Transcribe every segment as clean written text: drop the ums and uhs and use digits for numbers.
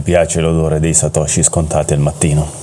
piace l'odore dei satoshi scontati al mattino.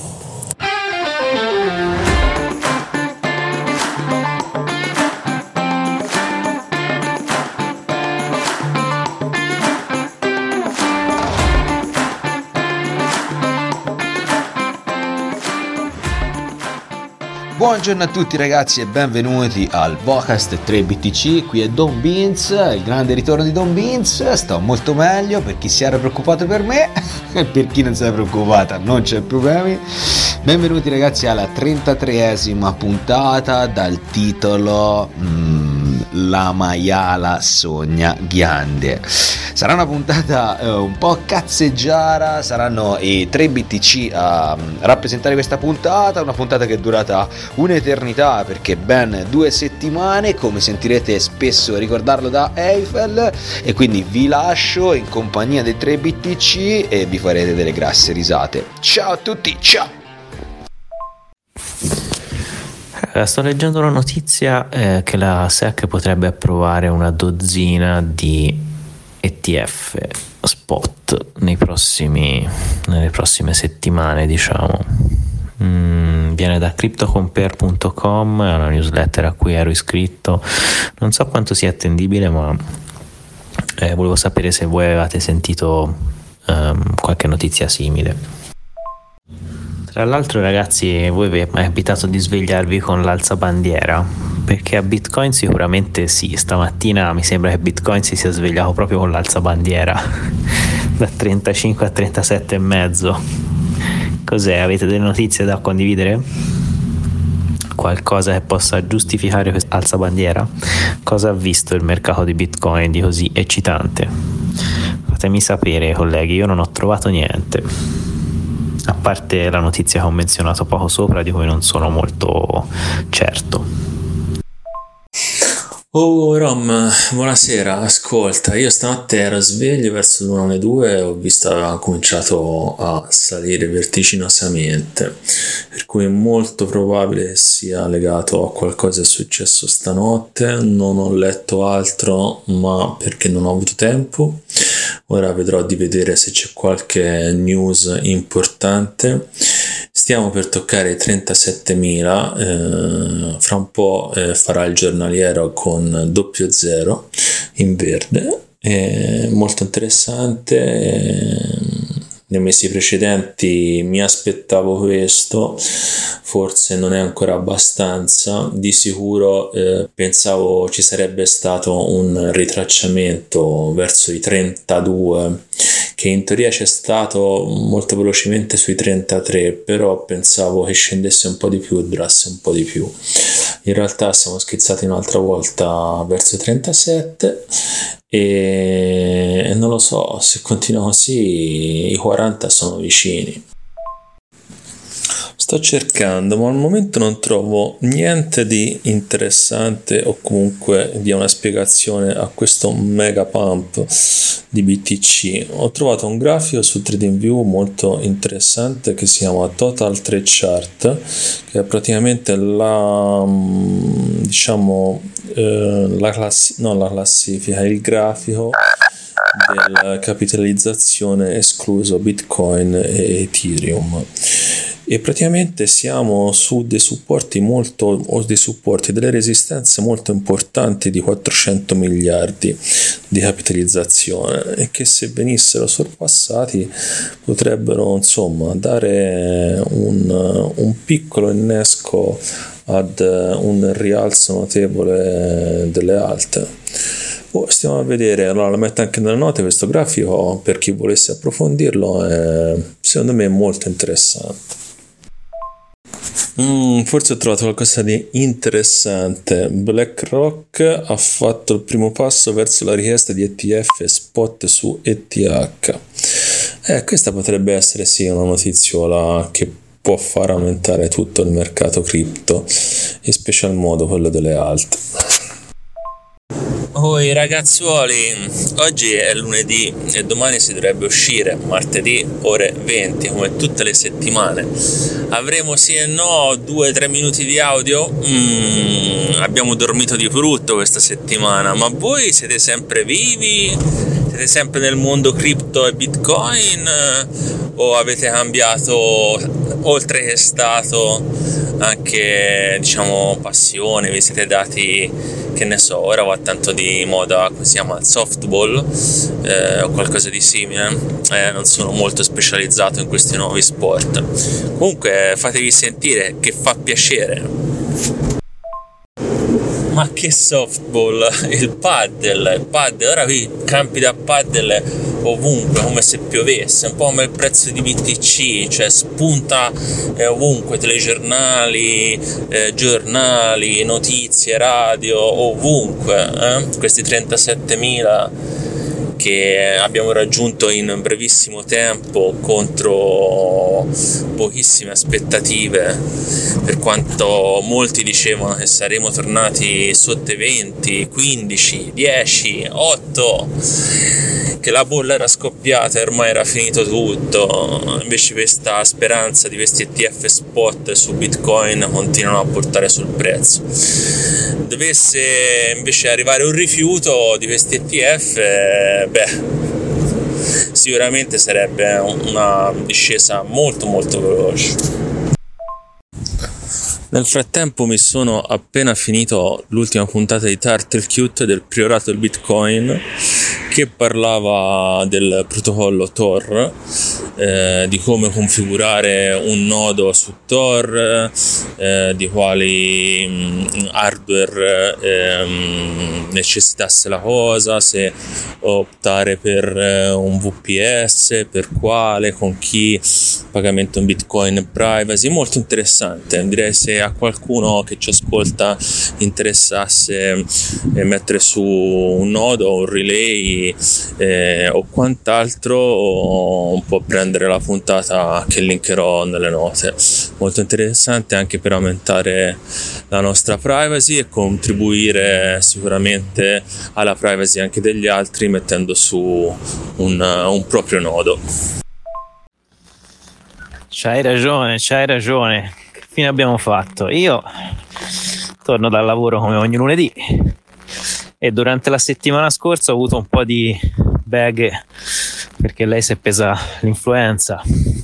Buongiorno a tutti ragazzi e benvenuti al Vocast 3BTC, qui è Don Beans, il grande ritorno di Don Beans. Sto molto meglio, per chi si era preoccupato per me e per chi non si era preoccupata non c'è problemi. Benvenuti ragazzi alla 33esima puntata dal titolo La maiala sogna ghiande. Sarà una puntata un po' cazzeggiara, saranno i 3BTC a rappresentare questa puntata, una puntata che è durata un'eternità perché ben 2 settimane, come sentirete spesso ricordarlo da Eiffel, e quindi vi lascio in compagnia dei 3BTC e vi farete delle grasse risate. Ciao a tutti, ciao! Sto leggendo una notizia che la SEC potrebbe approvare una dozzina di ETF spot nelle prossime settimane, diciamo. Viene da cryptocompare.com, è una newsletter a cui ero iscritto. Non so quanto sia attendibile, ma volevo sapere se voi avevate sentito qualche notizia simile. Tra l'altro ragazzi, voi vi è mai capitato di svegliarvi con l'alzabandiera? Perché a Bitcoin sicuramente sì, stamattina mi sembra che Bitcoin si sia svegliato proprio con l'alzabandiera da 35 a 37,5. Cos'è? Avete delle notizie da condividere? Qualcosa che possa giustificare questa alzabandiera? Cosa ha visto il mercato di Bitcoin di così eccitante? Fatemi sapere colleghi, io non ho trovato niente. A parte la notizia che ho menzionato poco sopra, di cui non sono molto certo. Oh Rom, buonasera, ascolta, io stanotte ero sveglio verso l'una alle 2 e ho visto che aveva cominciato a salire vertiginosamente, per cui è molto probabile che sia legato a qualcosa che è successo stanotte. Non ho letto altro, ma perché non ho avuto tempo. Ora vedrò di vedere se c'è qualche news importante. Stiamo per toccare i 37.000, fra un po' farà il giornaliero con 00 in verde, molto interessante. Nei mesi precedenti mi aspettavo questo, forse non è ancora abbastanza. Di sicuro pensavo ci sarebbe stato un ritracciamento verso i 32, che in teoria c'è stato molto velocemente sui 33, però pensavo che scendesse un po' di più e durasse un po' di più. In realtà siamo schizzati un'altra volta verso i 37 e non lo so, se continua così i 40 sono vicini. Sto cercando, ma al momento non trovo niente di interessante o comunque di una spiegazione a questo mega pump di BTC. Ho trovato un grafico su TradingView molto interessante che si chiama Total Trade Chart, che è praticamente la classifica, il grafico della capitalizzazione escluso Bitcoin e Ethereum. E praticamente siamo su dei supporti delle resistenze molto importanti di 400 miliardi di capitalizzazione, e che se venissero sorpassati potrebbero dare un piccolo innesco ad un rialzo notevole delle alte. Stiamo a vedere. Allora la metto anche nelle note questo grafico per chi volesse approfondirlo, secondo me è molto interessante. Forse ho trovato qualcosa di interessante. BlackRock ha fatto il primo passo verso la richiesta di ETF spot su ETH. Questa potrebbe essere sì una notiziola che può far aumentare tutto il mercato cripto, in special modo quello delle alt. Oi ragazzuoli, oggi è lunedì e domani si dovrebbe uscire, martedì ore 20, come tutte le settimane. Avremo sì e no 2-3 minuti di audio. Abbiamo dormito di brutto questa settimana, ma voi siete sempre vivi? Siete sempre nel mondo cripto e Bitcoin o avete cambiato, oltre che stato, anche diciamo passione? Vi siete dati, che ne so, ora va tanto di moda, come si chiama, il softball o qualcosa di simile. Non sono molto specializzato in questi nuovi sport. Comunque fatevi sentire, che fa piacere. Ma che softball, il paddle, ora qui campi da paddle ovunque, come se piovesse, un po' come il prezzo di BTC, cioè spunta ovunque, telegiornali, giornali, notizie, radio, ovunque, questi 37.000 che abbiamo raggiunto in brevissimo tempo contro pochissime aspettative, per quanto molti dicevano che saremmo tornati sotto i 20, 15, 10, 8, che la bolla era scoppiata e ormai era finito tutto. Invece questa speranza di questi ETF spot su Bitcoin continuano a portare sul prezzo. Dovesse invece arrivare un rifiuto di questi ETF, sicuramente sarebbe una discesa molto molto veloce. Nel frattempo mi sono appena finito l'ultima puntata di Turtle Cute del Priorato del Bitcoin, che parlava del protocollo Tor, di come configurare un nodo su Tor, di quali hardware necessitasse la cosa, se optare per un VPS, per quale, con chi, pagamento in Bitcoin e privacy. Molto interessante. Direi, se a qualcuno che ci ascolta interessasse mettere su un nodo, un relay o quant'altro, può prendere la puntata che linkerò nelle note. Molto interessante anche per aumentare la nostra privacy e contribuire sicuramente alla privacy anche degli altri, mettendo su un proprio nodo. C'hai ragione. Che fine abbiamo fatto? Io torno dal lavoro come ogni lunedì e durante la settimana scorsa ho avuto un po' di beghe perché lei si è presa l'influenza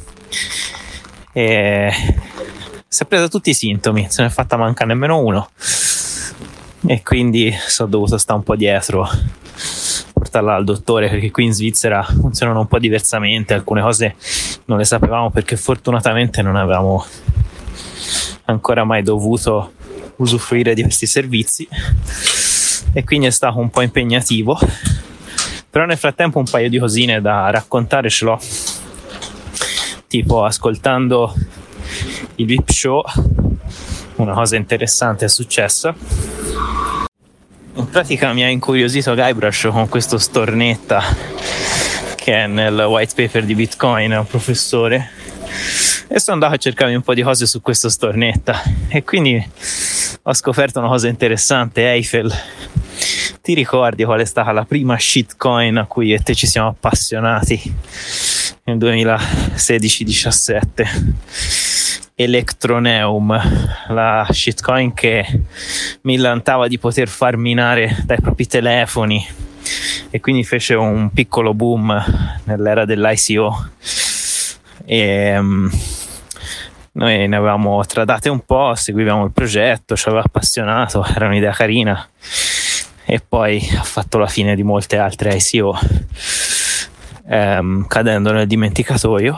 e si è presa tutti i sintomi, se ne è fatta manca nemmeno uno, e quindi sono dovuto stare un po' dietro, portarla al dottore, perché qui in Svizzera funzionano un po' diversamente, alcune cose non le sapevamo perché fortunatamente non avevamo ancora mai dovuto usufruire di questi servizi e quindi è stato un po' impegnativo, però nel frattempo un paio di cosine da raccontare ce l'ho, tipo ascoltando il VIP Show una cosa interessante è successa. In pratica mi ha incuriosito Guybrush con questo Stornetta che è nel white paper di Bitcoin, è un professore, e sono andato a cercare un po' di cose su questo Stornetta e quindi ho scoperto una cosa interessante. Eiffel, ti ricordi qual è stata la prima shitcoin a cui io e te ci siamo appassionati nel 2016-17? Electroneum, la shitcoin che millantava di poter far minare dai propri telefoni e quindi fece un piccolo boom nell'era dell'ICO e noi ne avevamo tradate un po', seguivamo il progetto, ci aveva appassionato, era un'idea carina e poi ha fatto la fine di molte altre ICO cadendo nel dimenticatoio.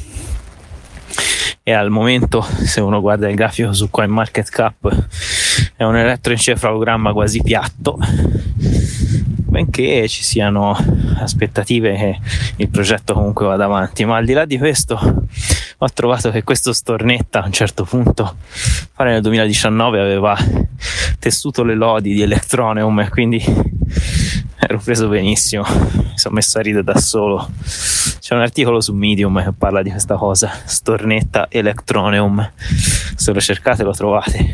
E al momento, se uno guarda il grafico su CoinMarketCap, è un elettroencefalogramma quasi piatto, benché ci siano aspettative che il progetto comunque vada avanti. Ma al di là di questo ho trovato che questo Stornetta a un certo punto, nel 2019, aveva tessuto le lodi di Electroneum e quindi ero preso benissimo, mi sono messo a ridere da solo. C'è un articolo su Medium che parla di questa cosa, Stornetta Electroneum, se lo cercate lo trovate.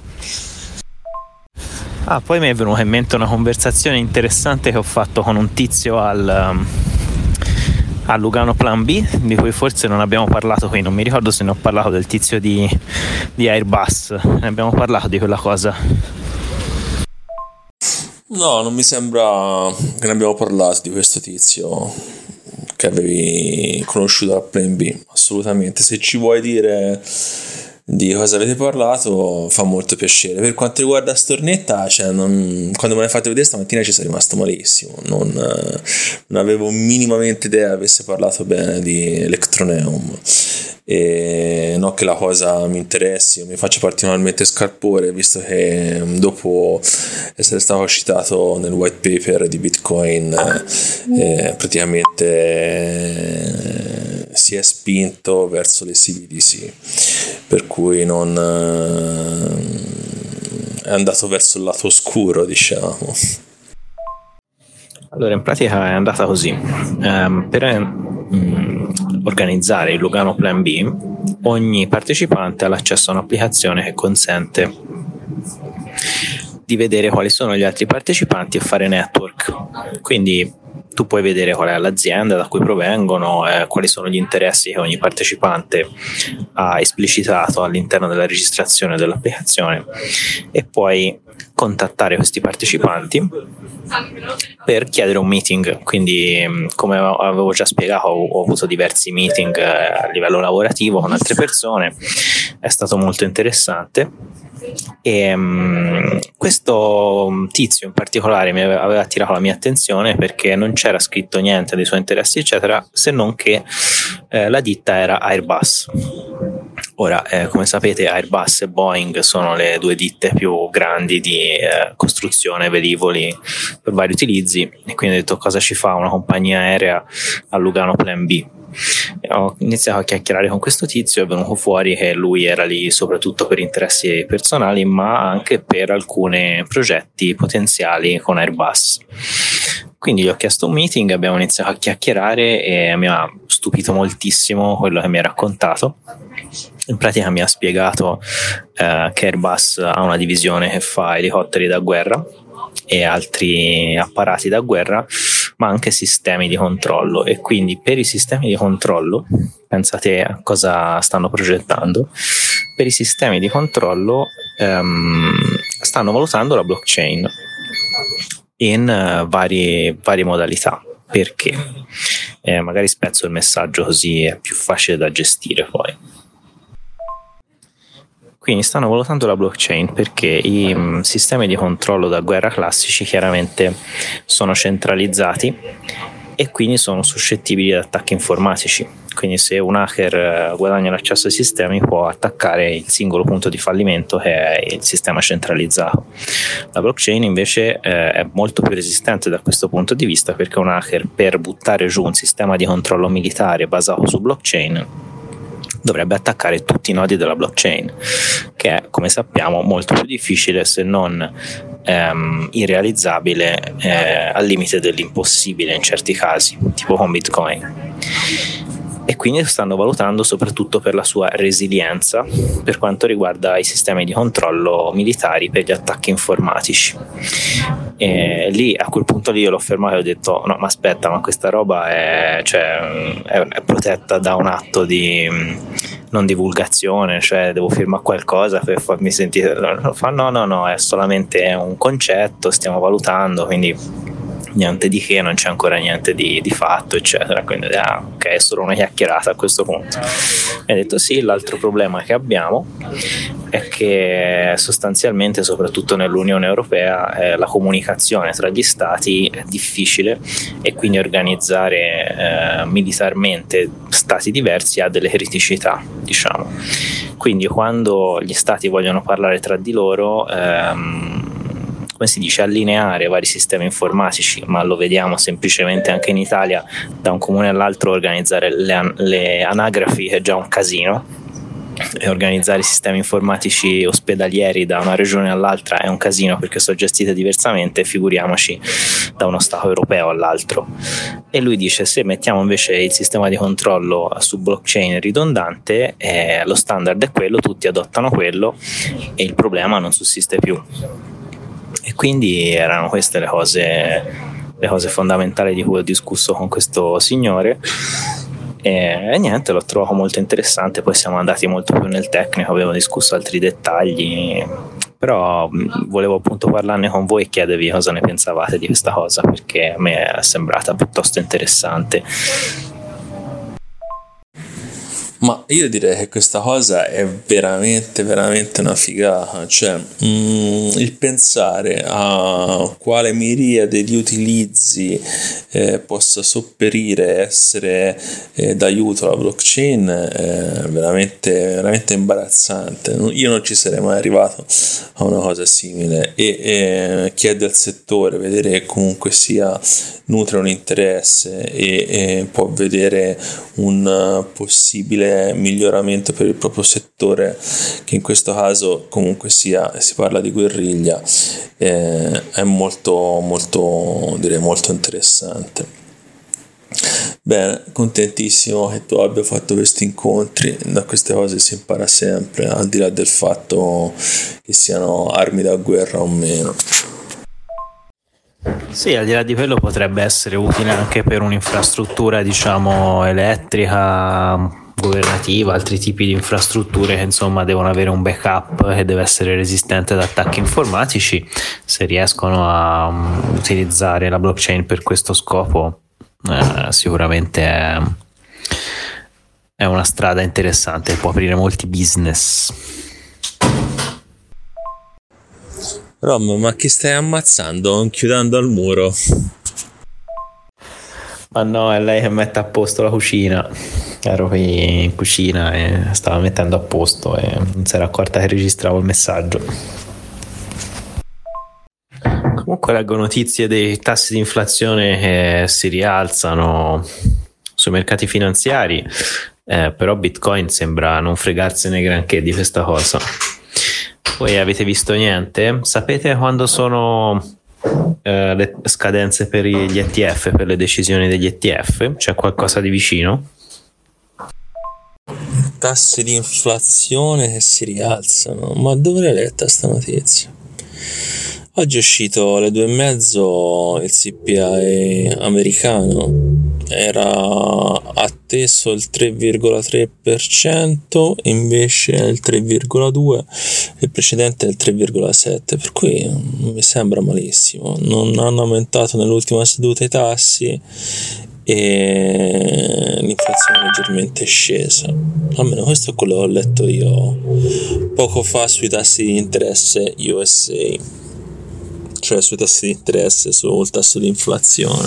Poi mi è venuta in mente una conversazione interessante che ho fatto con un tizio a Lugano Plan B, di cui forse non abbiamo parlato qui, non mi ricordo se ne ho parlato del tizio di Airbus, ne abbiamo parlato di quella cosa. No, non mi sembra che ne abbiamo parlato di questo tizio che avevi conosciuto a Plan B, assolutamente. Se ci vuoi dire di cosa avete parlato, fa molto piacere. Per quanto riguarda Stornetta, quando me l'hai fatto vedere stamattina ci sono rimasto malissimo, non avevo minimamente idea avesse parlato bene di Electroneum, e non che la cosa mi interessi o mi faccia particolarmente scalpore, visto che dopo essere stato citato nel white paper di Bitcoin praticamente si è spinto verso le CBDC, per cui non è andato verso il lato oscuro, diciamo. Allora, in pratica è andata così. Per organizzare il Lugano Plan B, ogni partecipante ha l'accesso a un'applicazione che consente di vedere quali sono gli altri partecipanti e fare network. Quindi tu puoi vedere qual è l'azienda da cui provengono, quali sono gli interessi che ogni partecipante ha esplicitato all'interno della registrazione dell'applicazione, e puoi contattare questi partecipanti per chiedere un meeting. Quindi, come avevo già spiegato, ho avuto diversi meeting a livello lavorativo con altre persone, è stato molto interessante. E questo tizio in particolare mi aveva attirato la mia attenzione perché non c'era scritto niente dei suoi interessi eccetera, se non che la ditta era Airbus. Ora, come sapete, Airbus e Boeing sono le due ditte più grandi di costruzione velivoli per vari utilizzi, e quindi ho detto: cosa ci fa una compagnia aerea a Lugano Plan B? Ho iniziato a chiacchierare con questo tizio e è venuto fuori che lui era lì soprattutto per interessi personali, ma anche per alcuni progetti potenziali con Airbus. Quindi gli ho chiesto un meeting, abbiamo iniziato a chiacchierare e mi ha stupito moltissimo quello che mi ha raccontato. In pratica mi ha spiegato che Airbus ha una divisione che fa elicotteri da guerra e altri apparati da guerra, ma anche sistemi di controllo, e quindi per i sistemi di controllo, pensate a cosa stanno progettando, per i sistemi di controllo stanno valutando la blockchain in varie modalità. Perché? Magari spezzo il messaggio così è più facile da gestire poi. Quindi stanno valutando la blockchain perché i sistemi di controllo da guerra classici chiaramente sono centralizzati e quindi sono suscettibili ad attacchi informatici. Quindi se un hacker guadagna l'accesso ai sistemi può attaccare il singolo punto di fallimento che è il sistema centralizzato. La blockchain invece è molto più resistente da questo punto di vista, perché un hacker, per buttare giù un sistema di controllo militare basato su blockchain, dovrebbe attaccare tutti i nodi della blockchain, che è, come sappiamo, molto più difficile, se non irrealizzabile, al limite dell'impossibile in certi casi, tipo con Bitcoin. E quindi stanno valutando soprattutto per la sua resilienza per quanto riguarda i sistemi di controllo militari per gli attacchi informatici. E lì, a quel punto lì, io l'ho fermato e ho detto: no, ma aspetta, ma questa roba è protetta da un atto di non divulgazione, cioè devo firmare qualcosa per farmi sentire. No, è solamente un concetto, stiamo valutando, quindi niente di che, non c'è ancora niente di fatto, eccetera. Quindi ok, è solo una chiacchierata a questo punto. E ho detto sì. L'altro problema che abbiamo è che sostanzialmente, soprattutto nell'Unione Europea, la comunicazione tra gli stati è difficile, e quindi organizzare militarmente stati diversi ha delle criticità, diciamo. Quindi quando gli stati vogliono parlare tra di loro, come si dice, allineare vari sistemi informatici, ma lo vediamo semplicemente anche in Italia, da un comune all'altro organizzare le anagrafi è già un casino, e organizzare i sistemi informatici ospedalieri da una regione all'altra è un casino perché sono gestite diversamente, figuriamoci da uno stato europeo all'altro. E lui dice: se mettiamo invece il sistema di controllo su blockchain ridondante, lo standard è quello, tutti adottano quello e il problema non sussiste più. E quindi erano queste le cose fondamentali di cui ho discusso con questo signore, e niente, l'ho trovato molto interessante. Poi siamo andati molto più nel tecnico, abbiamo discusso altri dettagli, Però volevo appunto parlarne con voi e chiedervi cosa ne pensavate di questa cosa, perché a me è sembrata piuttosto interessante. Ma io direi che questa cosa è veramente una figata, cioè il pensare a quale miriade di utilizzi possa sopperire, essere d'aiuto alla blockchain è veramente imbarazzante. Io non ci sarei mai arrivato a una cosa simile e chi è del settore, vedere che comunque sia nutre un interesse e può vedere un possibile miglioramento per il proprio settore, che in questo caso comunque sia si parla di guerriglia, è molto interessante. Bene, contentissimo che tu abbia fatto questi incontri. Da queste cose si impara sempre, al di là del fatto che siano armi da guerra o meno. Sì, al di là di quello potrebbe essere utile anche per un'infrastruttura, diciamo, elettrica, governativa, altri tipi di infrastrutture che insomma devono avere un backup che deve essere resistente ad attacchi informatici. Se riescono a utilizzare la blockchain per questo scopo, sicuramente è una strada interessante, può aprire molti business. Rom, ma chi stai ammazzando chiudendo al muro? Ma no, è lei che mette a posto la cucina. Ero qui in cucina e stava mettendo a posto e non si era accorta che registravo il messaggio. Comunque leggo notizie dei tassi di inflazione che si rialzano sui mercati finanziari, però Bitcoin sembra non fregarsene granché di questa cosa. Voi avete visto niente? Sapete quando sono le scadenze per gli ETF, per le decisioni degli ETF? C'è qualcosa di vicino? Tassi di inflazione che si rialzano. Ma dove l'hai letta sta notizia? Oggi è uscito alle 2:30 il CPI americano, era atteso il 3,3%, invece è il 3,2%, il precedente è il 3,7%, per cui non mi sembra malissimo. Non hanno aumentato nell'ultima seduta i tassi e l'inflazione è leggermente scesa, almeno questo è quello che ho letto io poco fa sui tassi di interesse USA, cioè sui tassi di interesse, sul tasso di inflazione.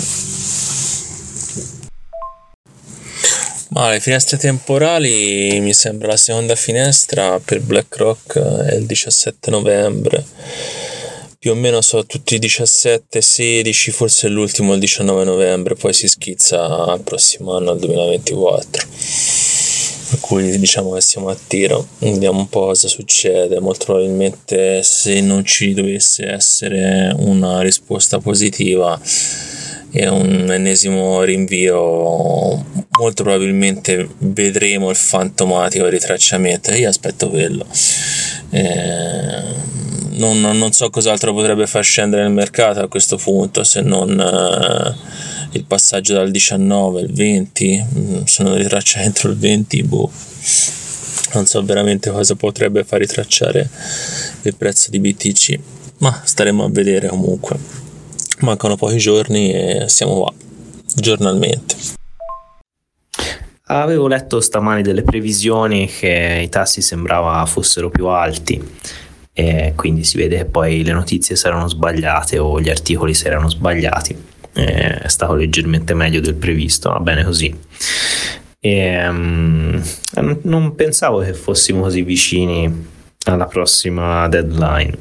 Ma le finestre temporali, mi sembra la seconda finestra per BlackRock è il 17 novembre, più o meno sono tutti i 17, 16, forse l'ultimo il 19 novembre, poi si schizza al prossimo anno, al 2024. Per cui diciamo che siamo a tiro, vediamo un po' cosa succede. Molto probabilmente, se non ci dovesse essere una risposta positiva e un ennesimo rinvio, molto probabilmente vedremo il fantomatico ritracciamento. Io aspetto quello. Non so cos'altro potrebbe far scendere il mercato a questo punto, se non il passaggio dal 19 al 20, se non ritraccia entro il 20, non so veramente cosa potrebbe far ritracciare il prezzo di BTC, ma staremo a vedere. Comunque mancano pochi giorni e siamo qua giornalmente. Avevo letto stamani delle previsioni che i tassi sembrava fossero più alti e quindi si vede che poi le notizie si erano sbagliate o gli articoli si erano sbagliati. È stato leggermente meglio del previsto, va bene così. Non pensavo che fossimo così vicini alla prossima deadline.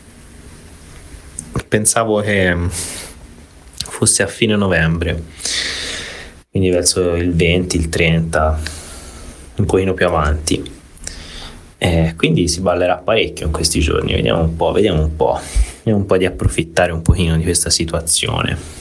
Pensavo che fosse a fine novembre, quindi verso il 20, il 30, un pochino più avanti. Quindi si ballerà parecchio in questi giorni, vediamo un po' di approfittare un pochino di questa situazione.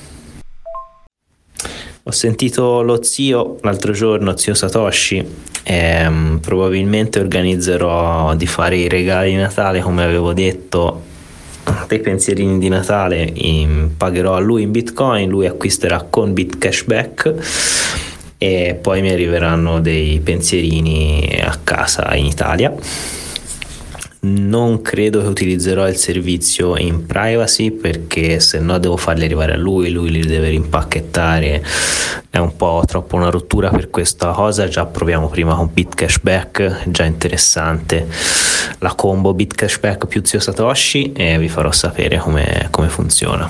Ho sentito lo zio l'altro giorno, zio Satoshi, probabilmente organizzerò di fare i regali di Natale come avevo detto, dei pensierini di Natale, pagherò a lui in Bitcoin, lui acquisterà con BitCashback e poi mi arriveranno dei pensierini a casa in Italia. Non credo che utilizzerò il servizio in privacy, perché se no devo farli arrivare a lui li deve rimpacchettare, è un po' troppo una rottura per questa cosa. Già proviamo prima con BitCashback, già interessante la combo BitCashback più Zio Satoshi, e vi farò sapere come funziona.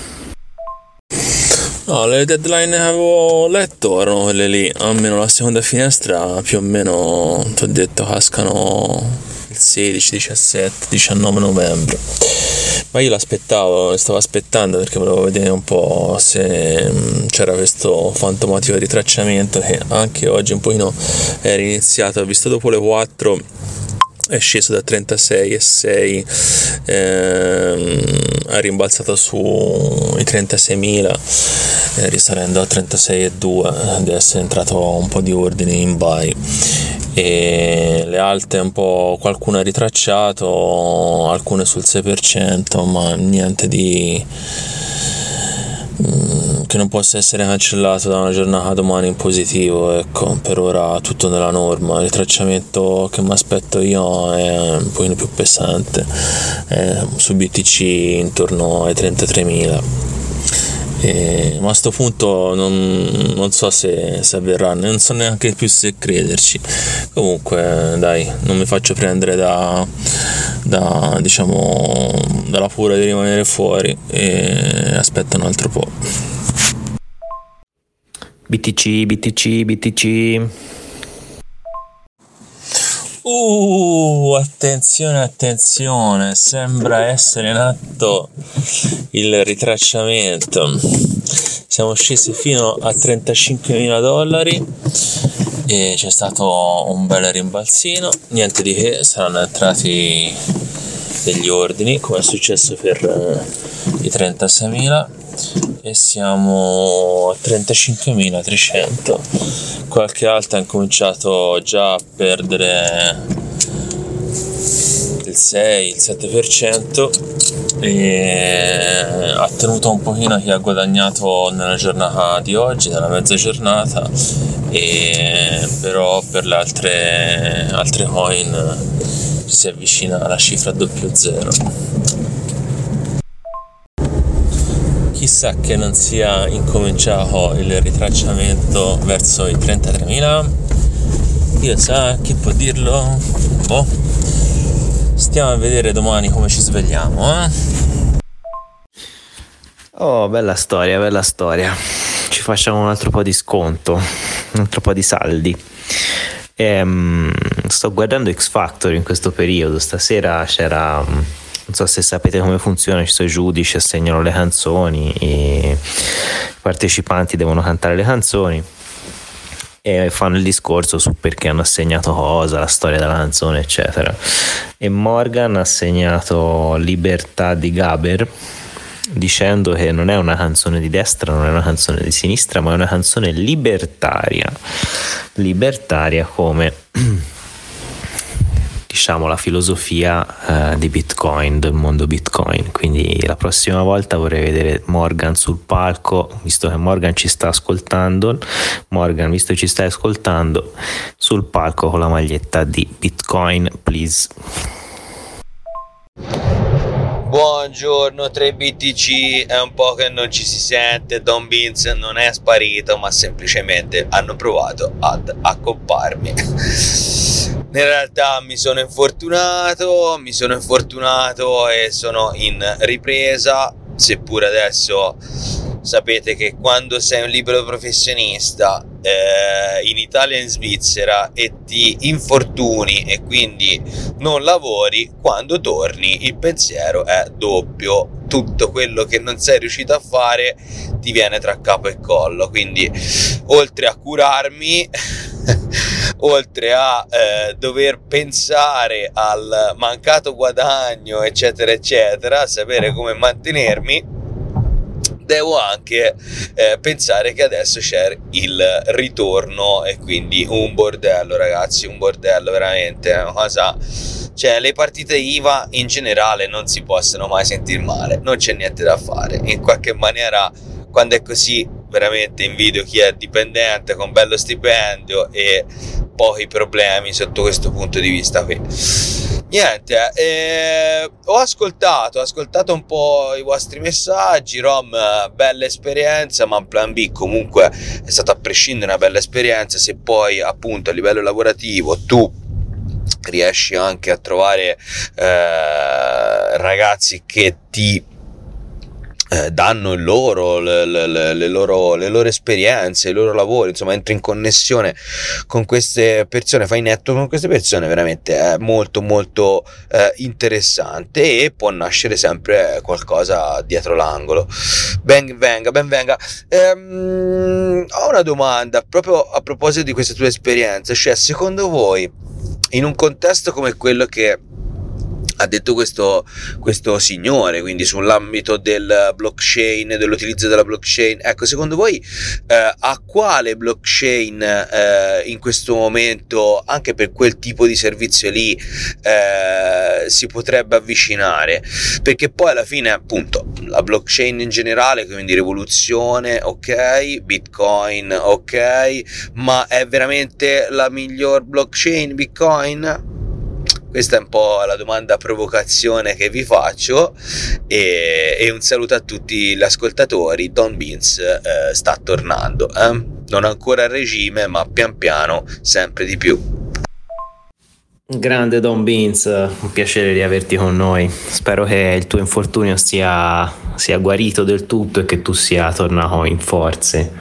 No, le deadline che avevo letto erano quelle lì, almeno la seconda finestra più o meno, ti ho detto, cascano il 16, 17, 19 novembre. Ma io stavo aspettando perché volevo vedere un po' se c'era questo fantomatico ritracciamento che anche oggi un pochino era iniziato. Ho visto dopo le 4 è sceso da 36,6, ha rimbalzato sui 36.000, risalendo a 36,2, deve essere entrato un po' di ordini in buy, e le alte un po', qualcuno ha ritracciato, alcune sul 6%, ma niente di che non possa essere cancellato da una giornata domani in positivo. Ecco, per ora tutto nella norma. Il ritracciamento che mi aspetto io è un pochino più pesante, su BTC intorno ai 33.000, ma a sto punto non so se avverrà, non so neanche più se crederci. Comunque dai, non mi faccio prendere diciamo dalla paura di rimanere fuori, e aspetto un altro po'. BTC. Attenzione, sembra essere in atto il ritracciamento. Siamo scesi fino a $35.000 e c'è stato un bel rimbalzino, niente di che, saranno entrati degli ordini come è successo per i 36.000 e siamo a 35.300. Qualche alta ha incominciato già a perdere il 6, il 7%, e ha tenuto un pochino chi ha guadagnato nella giornata di oggi, nella mezza giornata, e però per le altre coin si avvicina alla cifra 00. Chissà che non sia incominciato il ritracciamento verso i 33.000. Dio sa, chi può dirlo? Boh. Stiamo a vedere domani come ci svegliamo, Oh, bella storia. Ci facciamo un altro po' di sconto, un altro po' di saldi. Sto guardando X Factor in questo periodo. Stasera c'era, non so se sapete come funziona, ci sono i giudici, assegnano le canzoni e i partecipanti devono cantare le canzoni e fanno il discorso su perché hanno assegnato cosa, la storia della canzone, eccetera. E Morgan ha assegnato Libertà di Gaber, dicendo che non è una canzone di destra, non è una canzone di sinistra, ma è una canzone libertaria come diciamo la filosofia di Bitcoin, del mondo Bitcoin. Quindi la prossima volta vorrei vedere Morgan sul palco, visto che Morgan ci sta ascoltando, visto che ci stai ascoltando, sul palco con la maglietta di Bitcoin, please. Buongiorno 3BTC, è un po' che non ci si sente. Don Beans non è sparito, ma semplicemente hanno provato ad accopparmi. In realtà mi sono infortunato e sono in ripresa, seppure adesso sapete che quando sei un libero professionista in Italia e in Svizzera e ti infortuni e quindi non lavori, quando torni il pensiero è doppio. Tutto quello che non sei riuscito a fare ti viene tra capo e collo, quindi oltre a curarmi oltre a dover pensare al mancato guadagno eccetera eccetera, sapere come mantenermi, devo anche pensare che adesso c'è il ritorno e quindi un bordello, ragazzi, un bordello veramente, è una cosa, cioè le partite IVA in generale non si possono mai sentire male, non c'è niente da fare, in qualche maniera quando è così veramente invidio chi è dipendente con bello stipendio e pochi problemi sotto questo punto di vista qui. Niente, ho ascoltato un po' i vostri messaggi. Rom, bella esperienza, ma Plan B comunque è stata a prescindere una bella esperienza. Se poi appunto a livello lavorativo tu riesci anche a trovare ragazzi che ti danno le loro esperienze, i loro lavori, insomma entri in connessione con queste persone, fai network con queste persone, veramente è molto molto interessante, e può nascere sempre qualcosa dietro l'angolo. Ben venga. Ho una domanda proprio a proposito di queste tue esperienze, cioè secondo voi in un contesto come quello che ha detto questo signore, quindi sull'ambito del blockchain, dell'utilizzo della blockchain, ecco, secondo voi a quale blockchain in questo momento, anche per quel tipo di servizio lì, si potrebbe avvicinare? Perché poi alla fine appunto la blockchain in generale, quindi rivoluzione, ok, Bitcoin, ok, ma è veramente la miglior blockchain Bitcoin? Questa è un po' la domanda a provocazione che vi faccio, e un saluto a tutti gli ascoltatori. Don Beans sta tornando, non ancora a regime, ma pian piano sempre di più. Grande Don Beans, un piacere di averti con noi. Spero che il tuo infortunio sia guarito del tutto e che tu sia tornato in forze,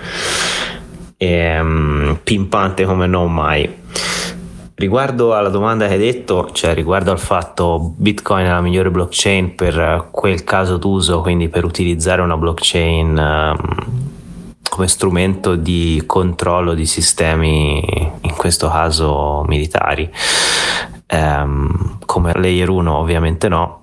pimpante come non mai. Riguardo alla domanda che hai detto, cioè riguardo al fatto Bitcoin è la migliore blockchain per quel caso d'uso, quindi per utilizzare una blockchain come strumento di controllo di sistemi, in questo caso militari, come Layer 1 ovviamente no,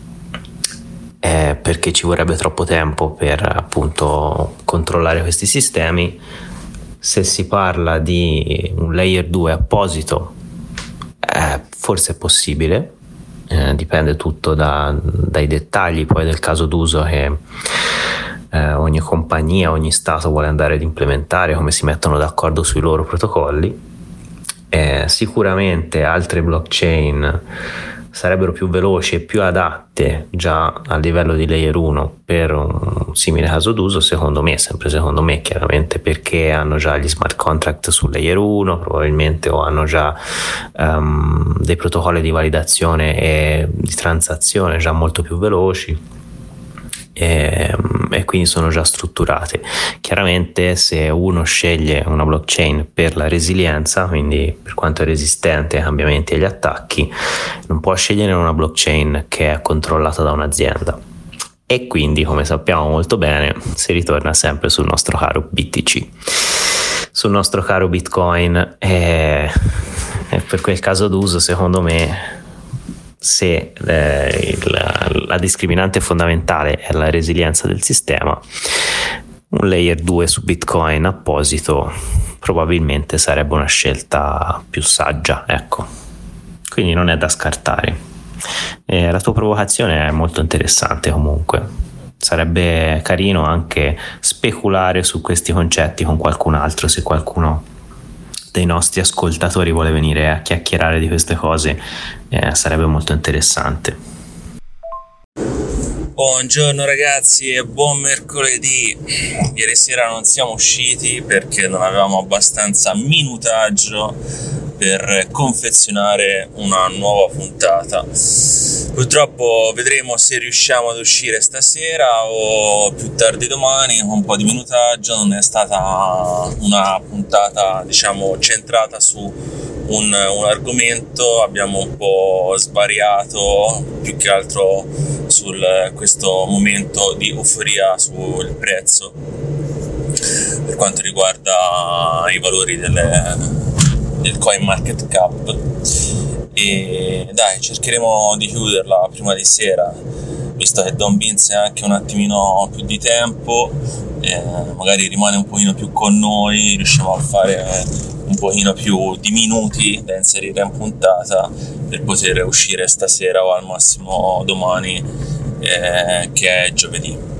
perché ci vorrebbe troppo tempo per appunto controllare questi sistemi. Se si parla di un Layer 2 apposito, forse è possibile, dipende tutto dai dettagli poi del caso d'uso che ogni compagnia, ogni stato vuole andare ad implementare, come si mettono d'accordo sui loro protocolli. Sicuramente altre blockchain sarebbero più veloci e più adatte già a livello di Layer 1 per un simile caso d'uso, secondo me, sempre secondo me chiaramente, perché hanno già gli smart contract su Layer 1 probabilmente, o hanno già dei protocolli di validazione e di transazione già molto più veloci, e quindi sono già strutturate. Chiaramente se uno sceglie una blockchain per la resilienza, quindi per quanto è resistente ai cambiamenti e agli attacchi, non può scegliere una blockchain che è controllata da un'azienda, e quindi, come sappiamo molto bene, si ritorna sempre sul nostro caro BTC, sul nostro caro Bitcoin, e per quel caso d'uso secondo me, se la discriminante fondamentale è la resilienza del sistema, un Layer 2 su Bitcoin apposito probabilmente sarebbe una scelta più saggia, ecco. Quindi non è da scartare. La tua provocazione è molto interessante, comunque sarebbe carino anche speculare su questi concetti con qualcun altro, se qualcuno dei nostri ascoltatori vuole venire a chiacchierare di queste cose, sarebbe molto interessante. Buongiorno ragazzi e buon mercoledì. Ieri sera non siamo usciti perché non avevamo abbastanza minutaggio per confezionare una nuova puntata. Purtroppo vedremo se riusciamo ad uscire stasera o più tardi domani con un po' di minutaggio. Non è stata una puntata, diciamo, centrata su un argomento, abbiamo un po' svariato più che altro su questo momento di euforia sul prezzo per quanto riguarda i valori del coin market cap, e dai, cercheremo di chiuderla prima di sera, visto che Don Beans è anche un attimino più di tempo, magari rimane un pochino più con noi, riusciamo a fare un pochino più di minuti da inserire in puntata per poter uscire stasera o al massimo domani, che è giovedì.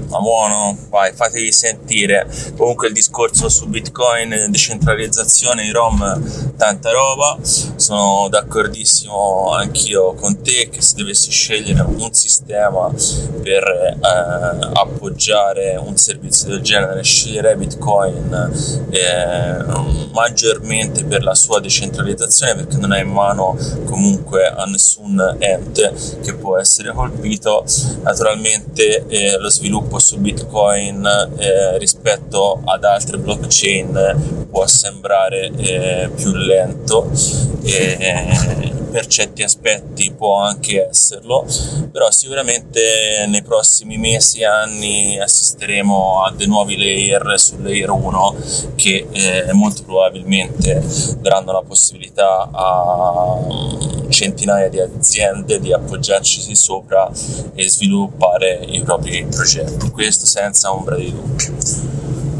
ma buono, vai, fatevi sentire. Comunque il discorso su Bitcoin, decentralizzazione, i ROM, tanta roba. Sono d'accordissimo anch'io con te che se dovessi scegliere un sistema per appoggiare un servizio del genere, sceglierei Bitcoin maggiormente per la sua decentralizzazione, perché non è in mano comunque a nessun ente che può essere colpito. Naturalmente lo sviluppo su Bitcoin rispetto ad altre blockchain può sembrare più lento, per certi aspetti può anche esserlo, però sicuramente nei prossimi mesi e anni assisteremo a dei nuovi layer sul layer 1 che molto probabilmente daranno la possibilità a centinaia di aziende di appoggiarci sopra e sviluppare i propri progetti, questo senza ombra di dubbio.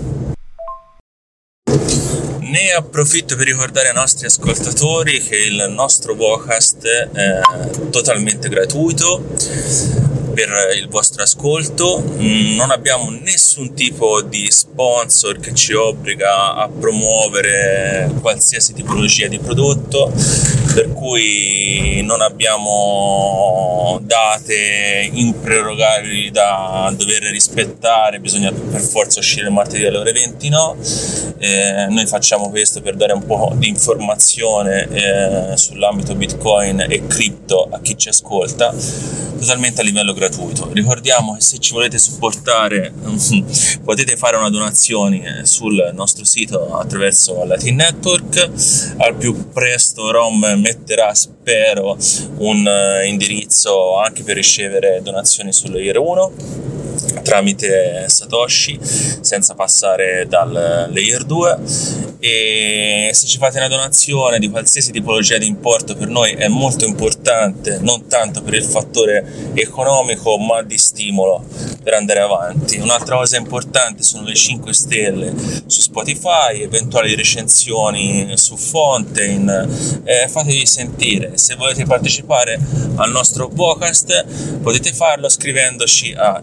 Ne approfitto per ricordare ai nostri ascoltatori che il nostro podcast è totalmente gratuito per il vostro ascolto. Non abbiamo nessun tipo di sponsor che ci obbliga a promuovere qualsiasi tipologia di prodotto, per cui non abbiamo date improrogabili da dover rispettare, bisogna per forza uscire il martedì alle ore 20, no? Noi facciamo questo per dare un po' di informazione sull'ambito Bitcoin e cripto a chi ci ascolta, totalmente a livello gratuito. Ricordiamo che se ci volete supportare potete fare una donazione sul nostro sito attraverso Latin Network. Al più presto Rom metterà, spero, un indirizzo anche per ricevere donazioni sul layer 1 tramite Satoshi senza passare dal layer 2, e se ci fate una donazione di qualsiasi tipologia di importo per noi è molto importante, non tanto per il fattore economico ma di stimolo per andare avanti. Un'altra cosa importante sono le 5 stelle su Spotify, eventuali recensioni su Fontaine, fatevi sentire. Se volete partecipare al nostro podcast potete farlo scrivendoci a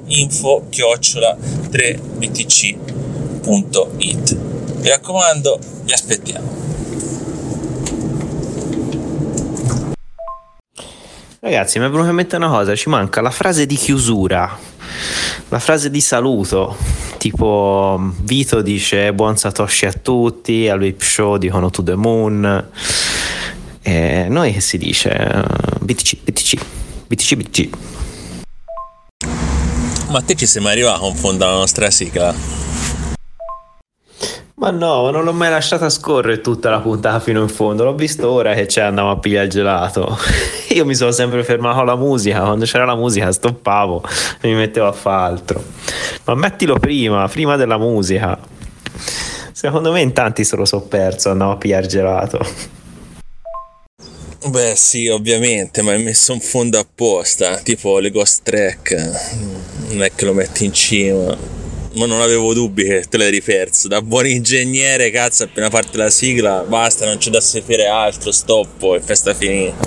info@3btc.it. Mi raccomando, vi aspettiamo. Ragazzi, mi è venuta in mente una cosa, ci manca la frase di chiusura, la frase di saluto, tipo Vito dice buon Satoshi a tutti, al Whip Show dicono to the moon, noi che si dice BTC, BTC, BTC, BTC. Ma a te ci sei mai arrivato in fondo alla nostra sigla? Ma no, non l'ho mai lasciata scorrere tutta la puntata fino in fondo, l'ho visto ora che andavo a pigliare il gelato. Io mi sono sempre fermato alla musica, quando c'era la musica stoppavo e mi mettevo a fare altro. Ma mettilo prima della musica. Secondo me in tanti se lo so perso, andavo a pigliare il gelato. Beh sì, ovviamente, ma è messo in fondo apposta, tipo le Ghost Track, non è che lo metti in cima. Ma non avevo dubbi che te l'hai riperso. Da buon ingegnere, cazzo, appena parte la sigla, basta, non c'è da sapere altro, stoppo e festa finita.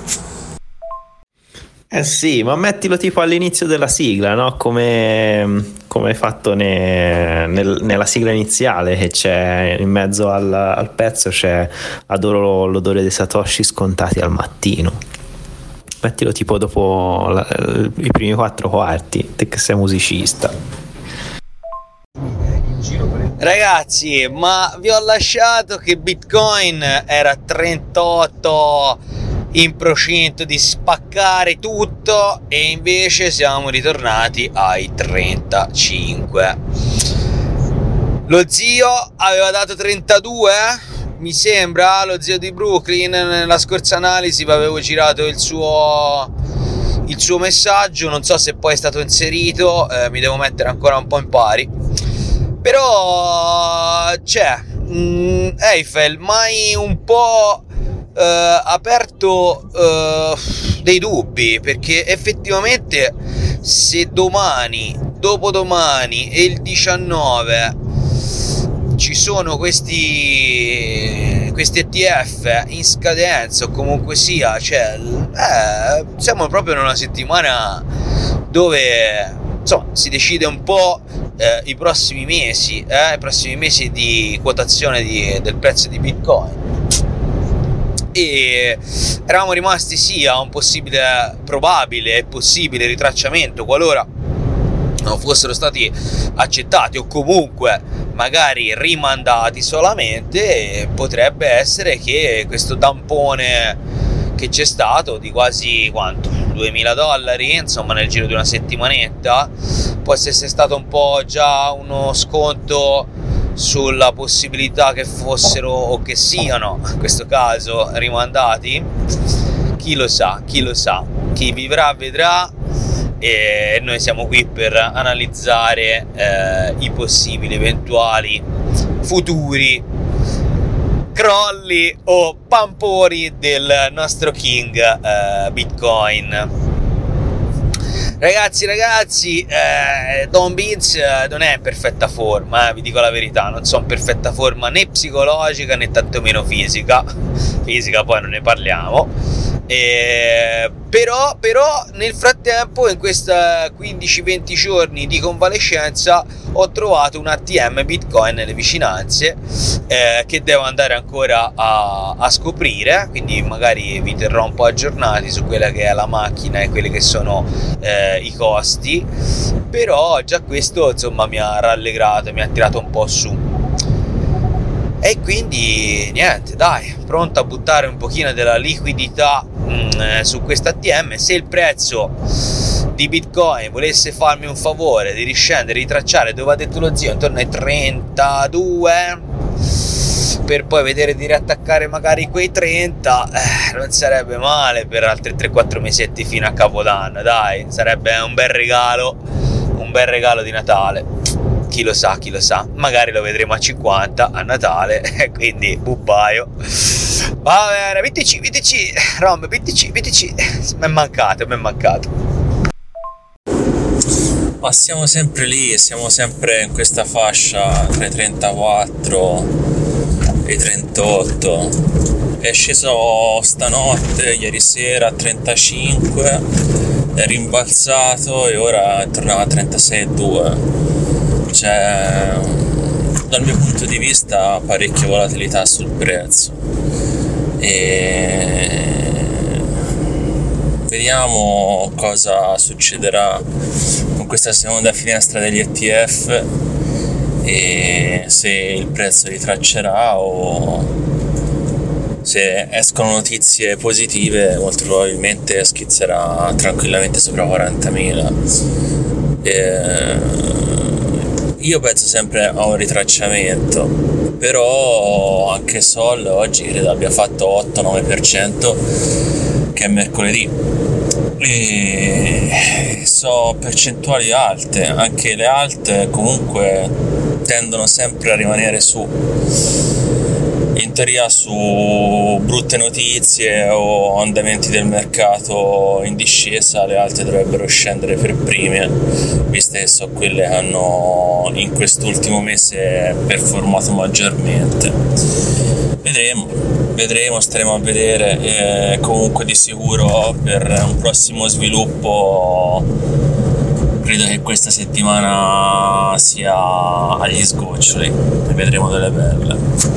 Eh sì, ma mettilo tipo all'inizio della sigla, no? Come hai fatto nella sigla iniziale, che c'è in mezzo al pezzo, c'è adoro l'odore dei Satoshi scontati al mattino. Mettilo tipo dopo i primi 4 quarti, te che sei musicista. Ragazzi, ma vi ho lasciato che Bitcoin era 38% di spaccare tutto e invece siamo ritornati ai 35. Lo zio aveva dato 32, mi sembra, lo zio di Brooklyn. Nella scorsa analisi vi avevo girato il suo messaggio, non so se poi è stato inserito, mi devo mettere ancora un po' in pari. Però c'è Eiffel, mai un po' aperto dei dubbi, perché effettivamente se domani, dopodomani e il 19 ci sono questi ETF in scadenza o comunque sia, cioè siamo proprio in una settimana dove insomma si decide un po' i prossimi mesi di quotazione del prezzo di Bitcoin, e eravamo rimasti sì a un probabile e possibile ritracciamento qualora non fossero stati accettati o comunque magari rimandati solamente. E potrebbe essere che questo tampone che c'è stato di quasi $2.000, insomma, nel giro di una settimanetta, possa essere stato un po' già uno sconto sulla possibilità che fossero o che siano in questo caso rimandati. Chi lo sa, chi vivrà vedrà, e noi siamo qui per analizzare i possibili eventuali futuri crolli o pampori del nostro King Bitcoin. Ragazzi, Don Beans non è in perfetta forma, vi dico la verità, non sono in perfetta forma né psicologica né tantomeno fisica poi non ne parliamo. Però nel frattempo, in questa 15-20 giorni di convalescenza, ho trovato un ATM Bitcoin nelle vicinanze che devo andare ancora a scoprire, quindi magari vi terrò un po' aggiornati su quella che è la macchina e quelli che sono i costi. Però già questo insomma mi ha rallegrato, mi ha tirato un po' su. E quindi niente, dai, pronto a buttare un pochino della liquidità su questo ATM. Se il prezzo di Bitcoin volesse farmi un favore di riscendere, ritracciare dove ha detto lo zio, intorno ai 32, per poi vedere di riattaccare magari quei 30, non sarebbe male per altri 3-4 mesetti fino a Capodanno, dai, sarebbe un bel regalo di Natale. Chi lo sa, magari lo vedremo a 50 a Natale, quindi bubbaio. Va bene, BTC, Rom, BTC, mi è mancato. Ma siamo sempre lì, siamo sempre in questa fascia tra i 34 e i 38. È sceso stanotte, ieri sera a 35, è rimbalzato e ora è tornato a 36,2. C'è, dal mio punto di vista, parecchia volatilità sul prezzo, e vediamo cosa succederà con questa seconda finestra degli ETF e se il prezzo ritraccerà o se escono notizie positive. Molto probabilmente schizzerà tranquillamente sopra 40.000. Io penso sempre a un ritracciamento, però anche Sol oggi credo abbia fatto 8-9%, che è mercoledì, e so percentuali alte. Anche le alte comunque tendono sempre a rimanere su, in teoria su brutte notizie o andamenti del mercato in discesa. Le alte dovrebbero scendere per prime, viste che sono quelle che hanno in quest'ultimo mese performato maggiormente. Vedremo, staremo a vedere. Comunque di sicuro per un prossimo sviluppo credo che questa settimana sia agli sgoccioli e vedremo delle belle.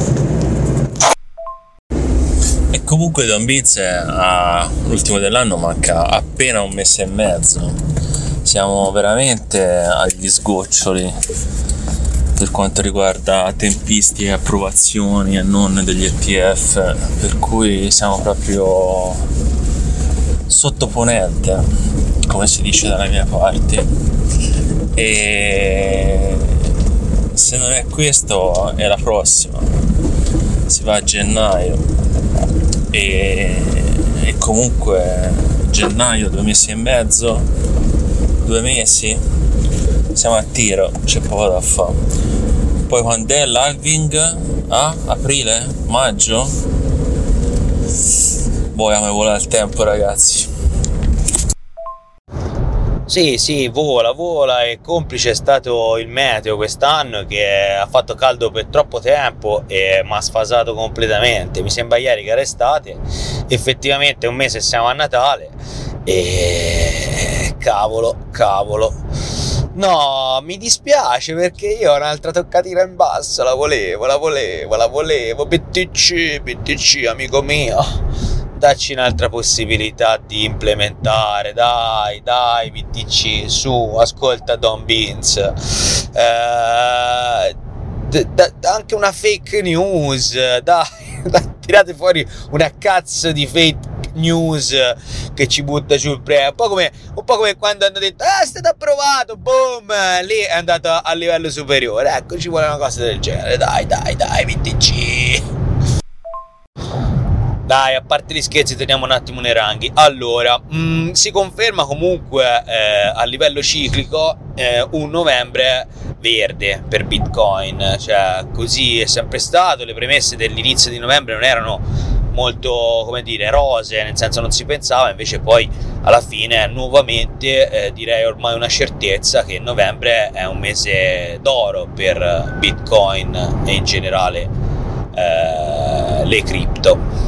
E comunque Don Beans all'ultimo dell'anno manca appena un mese e mezzo, siamo veramente agli sgoccioli per quanto riguarda tempistiche e approvazioni e non degli ETF, per cui siamo proprio sottoponente, come si dice dalle mie parti, e se non è questo è la prossima, si va a gennaio e comunque gennaio 2 mesi e mezzo, 2 mesi, siamo a tiro, c'è poco da fare. Poi quando è l'halving? Aprile? Maggio? Come vola il tempo, ragazzi. Sì, vola, e complice è stato il meteo quest'anno, che ha fatto caldo per troppo tempo e mi ha sfasato completamente. Mi sembra ieri che era estate, effettivamente un mese siamo a Natale e cavolo. No, mi dispiace perché io ho un'altra toccatina in basso, la volevo. BTC, amico mio. Dacci un'altra possibilità di implementare, dai, BTC, su, ascolta Don Beans. Anche una fake news, dai, tirate fuori una cazzo di fake news che ci butta giù il premio, un po' come quando hanno detto è stato approvato, boom, lì è andato a livello superiore. Ecco, ci vuole una cosa del genere, dai, BTC. Dai, a parte gli scherzi, teniamo un attimo nei ranghi. Allora, si conferma comunque a livello ciclico un novembre verde per Bitcoin, cioè così è sempre stato. Le premesse dell'inizio di novembre non erano molto, come dire, rose, nel senso non si pensava, invece poi alla fine nuovamente direi ormai una certezza che novembre è un mese d'oro per Bitcoin e in generale le cripto.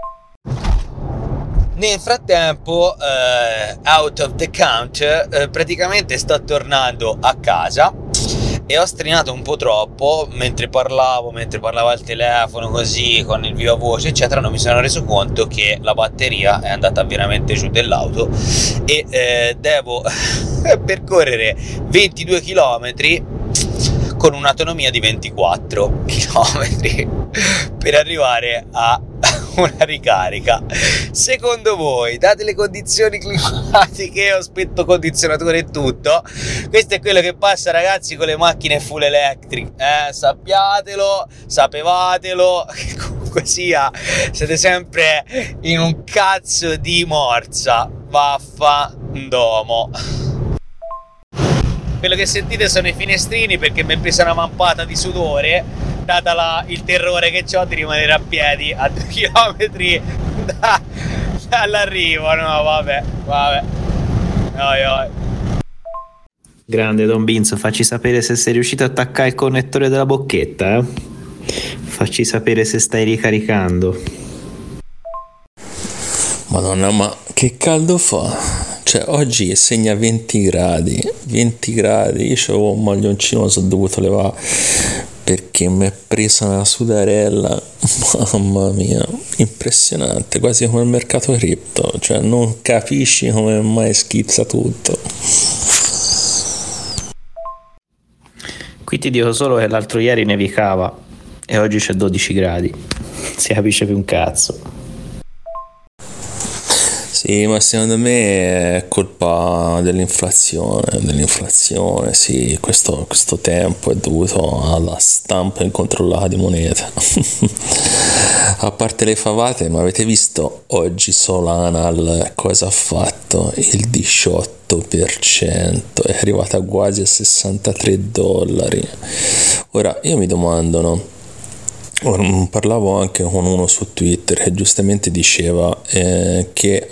Nel frattempo, out of the count, praticamente sto tornando a casa e ho strinato un po' troppo mentre parlavo al telefono, così con il viva voce eccetera. Non mi sono reso conto che la batteria è andata veramente giù dell'auto e devo percorrere 22 km con un'autonomia di 24 km per arrivare a una ricarica. Secondo voi, date le condizioni climatiche, ho spento condizionatore e tutto, questo è quello che passa, ragazzi, con le macchine full electric, sapevatelo, che comunque sia siete sempre in un cazzo di morsa, vaffandomo. Quello che sentite sono i finestrini perché mi è presa una mampata di sudore, data il terrore che ho di rimanere a piedi a 2 chilometri dall'arrivo. No, vabbè. Oi. Grande Don Beans, facci sapere se sei riuscito a attaccare il connettore della bocchetta, Facci sapere se stai ricaricando. Madonna, ma che caldo fa! Cioè, oggi segna 20 gradi, io avevo un maglioncino, sono dovuto levare perché mi è presa una sudarella, mamma mia, impressionante, quasi come il mercato cripto, cioè non capisci come mai schizza tutto. Qui ti dico solo che l'altro ieri nevicava e oggi c'è 12 gradi, si capisce più un cazzo. Sì, ma secondo me è colpa dell'inflazione, sì, questo tempo è dovuto alla stampa incontrollata di moneta. A parte le favate, ma avete visto oggi Solanal cosa ha fatto? Il 18%, è arrivata quasi a $63. Ora, io mi domando, no? Parlavo anche con uno su Twitter che giustamente diceva che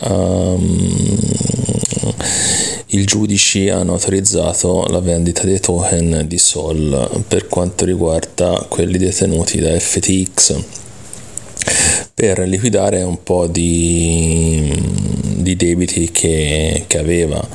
i giudici hanno autorizzato la vendita dei token di Sol per quanto riguarda quelli detenuti da FTX per liquidare un po' di debiti che aveva.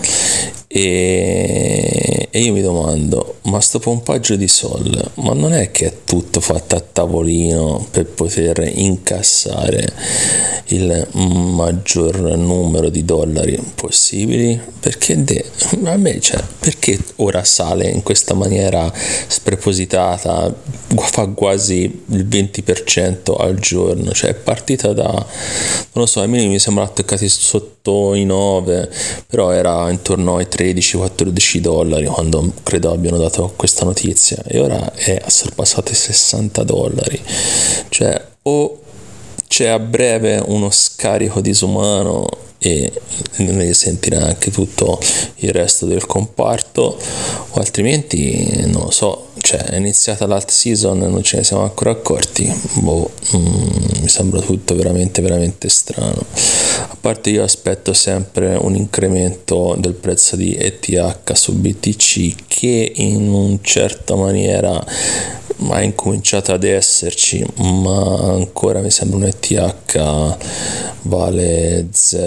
E io mi domando, ma sto pompaggio di Sol, ma non è che è tutto fatto a tavolino per poter incassare il maggior numero di dollari possibili? Perché a me, cioè, perché ora sale in questa maniera sprepositata, fa quasi il 20% al giorno, cioè è partita da, non lo so, a me mi sembra attaccati sotto i 9, però era intorno ai $13-14 quando credo abbiano dato questa notizia, e ora ha sorpassato i $60, cioè o c'è a breve uno scarico disumano e ne sentirà anche tutto il resto del comparto, o altrimenti non lo so, cioè è iniziata l'alt season e non ce ne siamo ancora accorti. Mi sembra tutto veramente veramente strano. A parte, io aspetto sempre un incremento del prezzo di ETH su BTC che in una certa maniera ha incominciato ad esserci, ma ancora mi sembra un ETH vale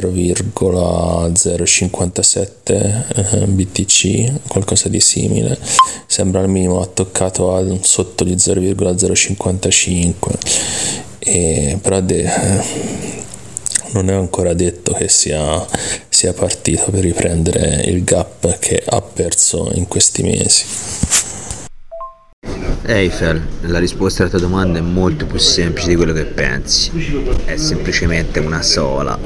0,057 BTC, qualcosa di simile, sembra al minimo ha toccato sotto gli 0,055, però non è ancora detto che sia partito per riprendere il gap che ha perso in questi mesi. Eiffel, la risposta alla tua domanda è molto più semplice di quello che pensi. È semplicemente una sola.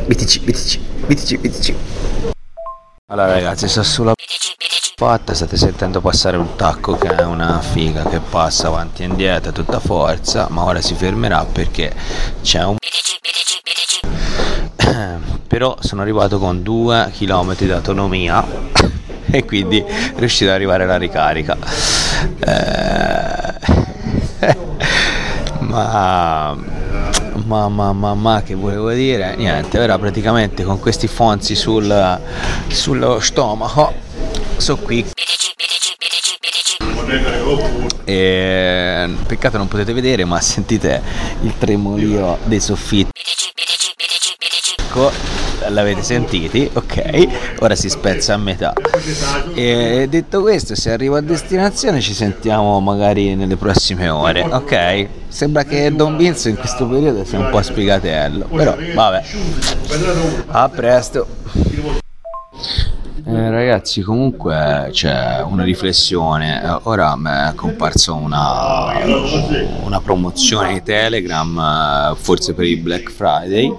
BTC. Allora ragazzi, sto sulla fatta, state sentendo passare un tacco che è una figa che passa avanti e indietro a tutta forza, ma ora si fermerà perché c'è un però sono arrivato con 2 km di autonomia e quindi riuscito ad arrivare alla ricarica. Ma che volevo dire? Niente, ora praticamente con questi fonzi sullo stomaco sono qui. E peccato non potete vedere, ma sentite il tremolio dei soffitti. L'avete sentiti? Ok, ora si spezza a metà. E detto questo, se arrivo a destinazione ci sentiamo magari nelle prossime ore, ok? Sembra che Don Vince in questo periodo sia un po' sfigatello, però vabbè, a presto. Ragazzi, comunque c'è una riflessione. Ora mi è comparsa una promozione di Telegram, forse per il Black Friday,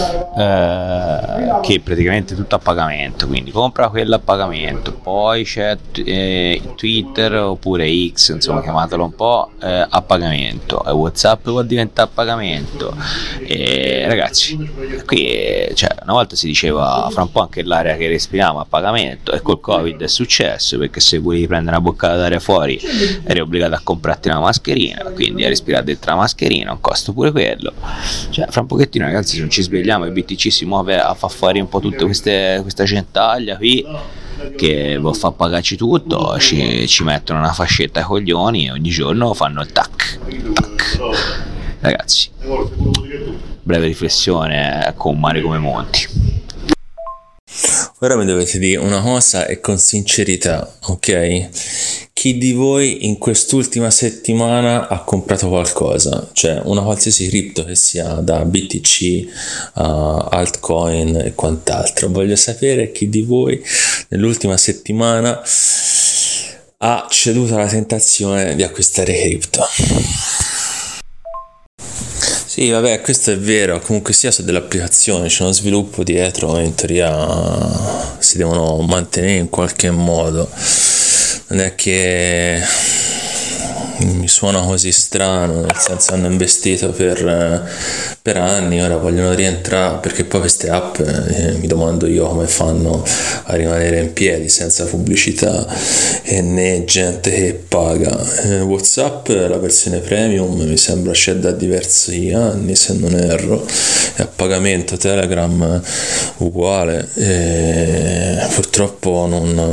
che praticamente è tutto a pagamento, quindi compra quello a pagamento, poi c'è Twitter oppure X, insomma chiamatelo un po', a pagamento, WhatsApp può diventare a pagamento. Ragazzi, qui una volta si diceva fra un po' anche l'aria che respiriamo a pagamento, e col Covid è successo, perché se volevi prendere una boccata d'aria fuori eri obbligato a comprarti una mascherina, quindi a respirare dentro la mascherina, un costo pure quello. Fra un pochettino ragazzi, se non ci svegliamo, il BTC si muove a far fuori un po' tutte questa centaglia qui che vi fa pagarci tutto, ci mettono una fascetta ai coglioni e ogni giorno fanno il tac. Ragazzi, breve riflessione con mari come monti. Ora mi dovete dire una cosa e con sincerità, ok? Chi di voi in quest'ultima settimana ha comprato qualcosa? Cioè una qualsiasi cripto, che sia da BTC a altcoin e quant'altro. Voglio sapere chi di voi nell'ultima settimana ha ceduto alla tentazione di acquistare cripto. Sì, vabbè, questo è vero, comunque sia su delle applicazioni c'è uno sviluppo dietro e in teoria si devono mantenere in qualche modo. Non è che mi suona così strano, nel senso hanno investito per anni, ora vogliono rientrare, perché poi queste app mi domando io come fanno a rimanere in piedi senza pubblicità e né gente che paga. WhatsApp, la versione premium, mi sembra c'è da diversi anni se non erro, è a pagamento. Telegram uguale, purtroppo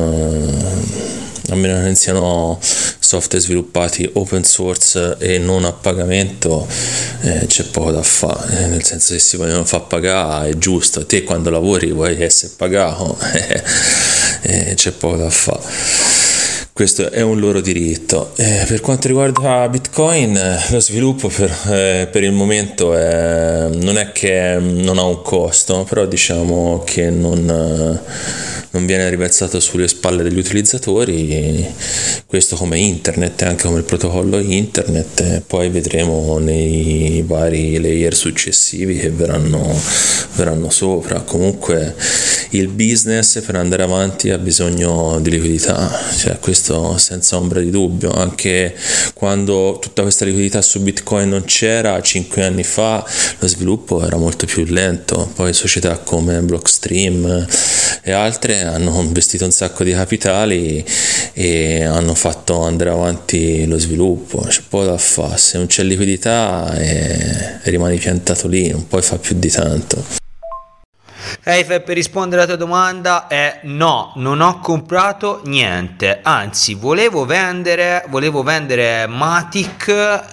a meno che non siano software sviluppati open source e non a pagamento, c'è poco da fare, nel senso che si vogliono far pagare, è giusto, te quando lavori vuoi essere pagato, c'è poco da fare, questo è un loro diritto. Per quanto riguarda Bitcoin, lo sviluppo per il momento non è che non ha un costo, però diciamo che non viene riversato sulle spalle degli utilizzatori, questo come internet, anche come il protocollo internet. Poi vedremo nei vari layer successivi che verranno sopra. Comunque il business per andare avanti ha bisogno di liquidità, cioè questo senza ombra di dubbio. Anche quando tutta questa liquidità su Bitcoin non c'era 5 anni fa, lo sviluppo era molto più lento. Poi società come Blockstream e altre hanno investito un sacco di capitali e hanno fatto andare avanti lo sviluppo. C'è poco da fare, se non c'è liquidità rimani piantato lì, non puoi fare più di tanto. Per rispondere alla tua domanda è no, non ho comprato niente, anzi volevo vendere Matic,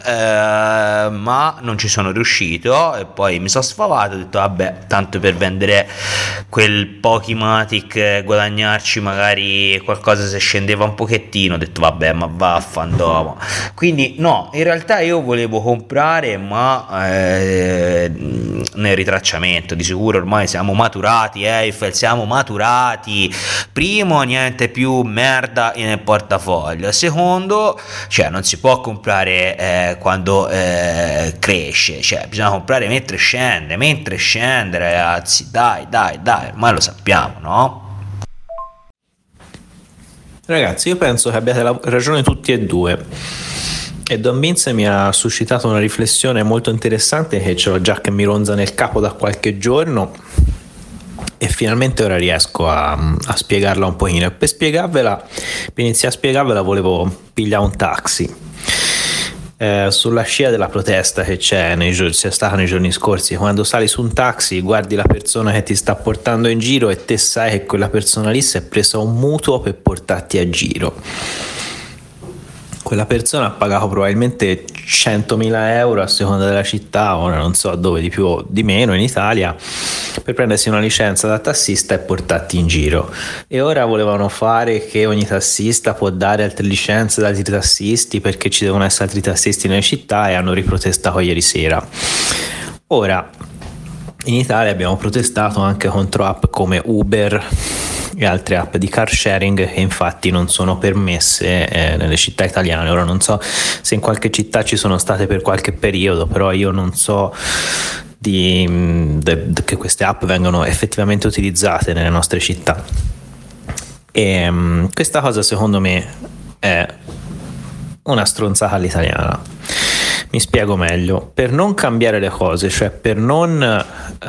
ma non ci sono riuscito e poi mi sono sfavato, ho detto vabbè, tanto per vendere quel pochi Matic, guadagnarci magari qualcosa se scendeva un pochettino, ho detto vabbè, ma vaffandomo. Quindi no, in realtà io volevo comprare, ma nel ritracciamento di sicuro ormai siamo maturati, Eiffel, siamo maturati. Primo, niente più merda nel portafoglio. Secondo, cioè non si può comprare quando cresce, cioè bisogna comprare mentre scende, ragazzi, dai, ormai lo sappiamo, no? Ragazzi, io penso che abbiate ragione tutti e due. E Don Vince mi ha suscitato una riflessione molto interessante che ce l'ho già che mi ronza nel capo da qualche giorno e finalmente ora riesco a spiegarla un pochino. E per iniziare a spiegarvela volevo pigliare un taxi. Sulla scia della protesta che c'è sia stata nei giorni scorsi, quando sali su un taxi, guardi la persona che ti sta portando in giro e te sai che quella persona lì si è presa un mutuo per portarti a giro. Quella persona ha pagato probabilmente 100.000 euro a seconda della città, ora non so dove, di più o di meno in Italia, per prendersi una licenza da tassista e portarti in giro. E ora volevano fare che ogni tassista può dare altre licenze da altri tassisti perché ci devono essere altri tassisti nelle città, e hanno riprotestato ieri sera. Ora, in Italia abbiamo protestato anche contro app come Uber e altre app di car sharing che infatti non sono permesse nelle città italiane. Ora non so se in qualche città ci sono state per qualche periodo, però io non so che queste app vengano effettivamente utilizzate nelle nostre città. E questa cosa secondo me è una stronzata all'italiana. Mi spiego meglio: per non cambiare le cose, cioè per non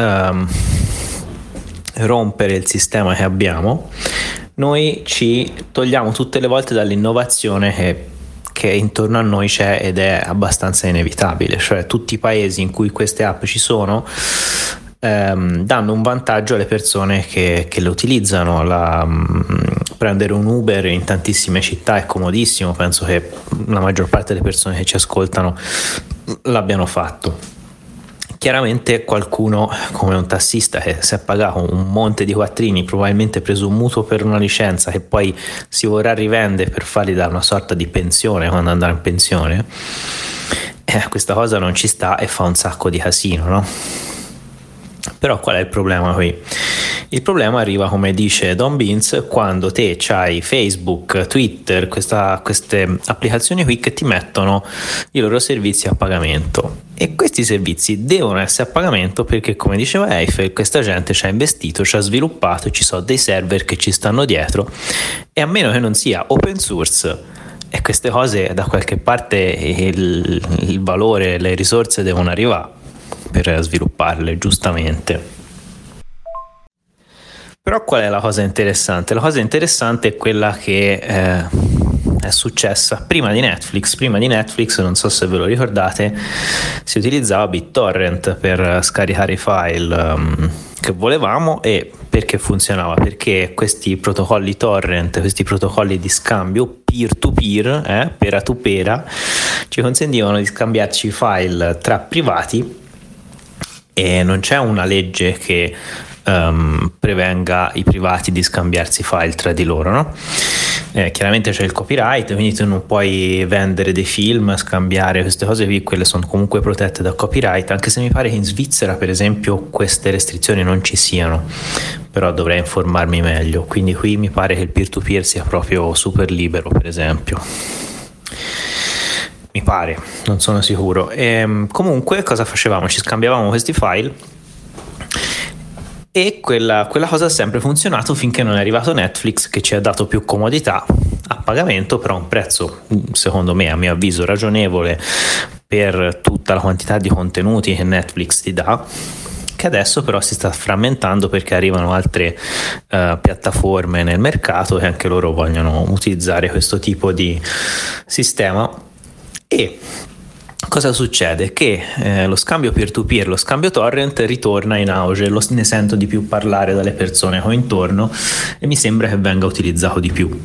rompere il sistema che abbiamo, noi ci togliamo tutte le volte dall'innovazione che intorno a noi c'è ed è abbastanza inevitabile. Cioè tutti i paesi in cui queste app ci sono danno un vantaggio alle persone che le utilizzano. Prendere un Uber in tantissime città è comodissimo, penso che la maggior parte delle persone che ci ascoltano l'abbiano fatto. Chiaramente qualcuno come un tassista che si è pagato un monte di quattrini, probabilmente preso un mutuo per una licenza che poi si vorrà rivendere per fargli dare una sorta di pensione quando andrà in pensione, questa cosa non ci sta e fa un sacco di casino, no? Però qual è il problema qui? Il problema arriva, come dice Don Beans, quando te c'hai Facebook, Twitter, queste applicazioni qui che ti mettono i loro servizi a pagamento, e questi servizi devono essere a pagamento perché, come diceva Eiffel, questa gente ci ha investito, ci ha sviluppato, ci sono dei server che ci stanno dietro, e a meno che non sia open source e queste cose da qualche parte il valore, le risorse devono arrivare per svilupparle, giustamente. Però qual è la cosa interessante? La cosa interessante è quella che è successa prima di Netflix. Prima di Netflix, non so se ve lo ricordate, si utilizzava BitTorrent per scaricare i file che volevamo. E perché funzionava? Perché questi protocolli torrent, questi protocolli di scambio peer-to-peer, pera to pera, ci consentivano di scambiarci i file tra privati, e non c'è una legge che prevenga i privati di scambiarsi file tra di loro, no? Chiaramente c'è il copyright, quindi tu non puoi vendere dei film, scambiare queste cose qui, quelle sono comunque protette da copyright, anche se mi pare che in Svizzera per esempio queste restrizioni non ci siano, però dovrei informarmi meglio. Quindi qui mi pare che il peer-to-peer sia proprio super libero, per esempio. Mi pare, non sono sicuro. Comunque cosa facevamo? Ci scambiavamo questi file, e quella cosa ha sempre funzionato finché non è arrivato Netflix, che ci ha dato più comodità a pagamento, però a un prezzo, secondo me, a mio avviso, ragionevole per tutta la quantità di contenuti che Netflix ti dà, che adesso però si sta frammentando perché arrivano altre piattaforme nel mercato che anche loro vogliono utilizzare questo tipo di sistema. E cosa succede? Che lo scambio peer-to-peer, lo scambio torrent ritorna in auge, ne sento di più parlare dalle persone che ho intorno e mi sembra che venga utilizzato di più.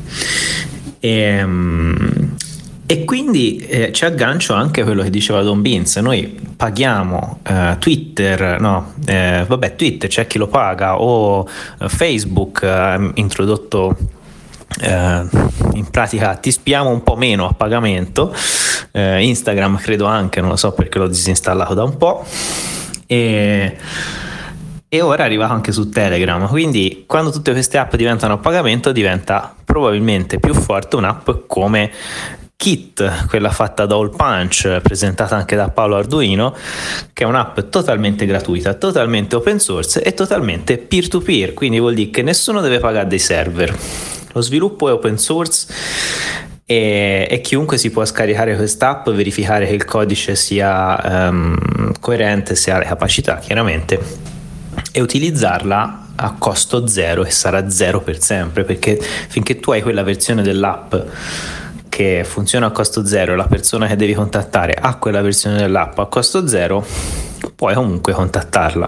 E quindi ci aggancio anche a quello che diceva Don Beans. Noi paghiamo Twitter, Twitter c'è chi lo paga, o Facebook ha introdotto in pratica ti spiamo un po' meno a pagamento, Instagram credo anche, non lo so perché l'ho disinstallato da un po', e ora è arrivato anche su Telegram. Quindi quando tutte queste app diventano a pagamento diventa probabilmente più forte un'app come Kit, quella fatta da All Punch, presentata anche da Paolo Arduino, che è un'app totalmente gratuita, totalmente open source e totalmente peer to peer, quindi vuol dire che nessuno deve pagare dei server, lo sviluppo è open source e chiunque si può scaricare quest'app, verificare che il codice sia coerente, se ha le capacità chiaramente, e utilizzarla a costo zero, e sarà zero per sempre, perché finché tu hai quella versione dell'app che funziona a costo zero, la persona che devi contattare ha quella versione dell'app a costo zero, puoi comunque contattarla.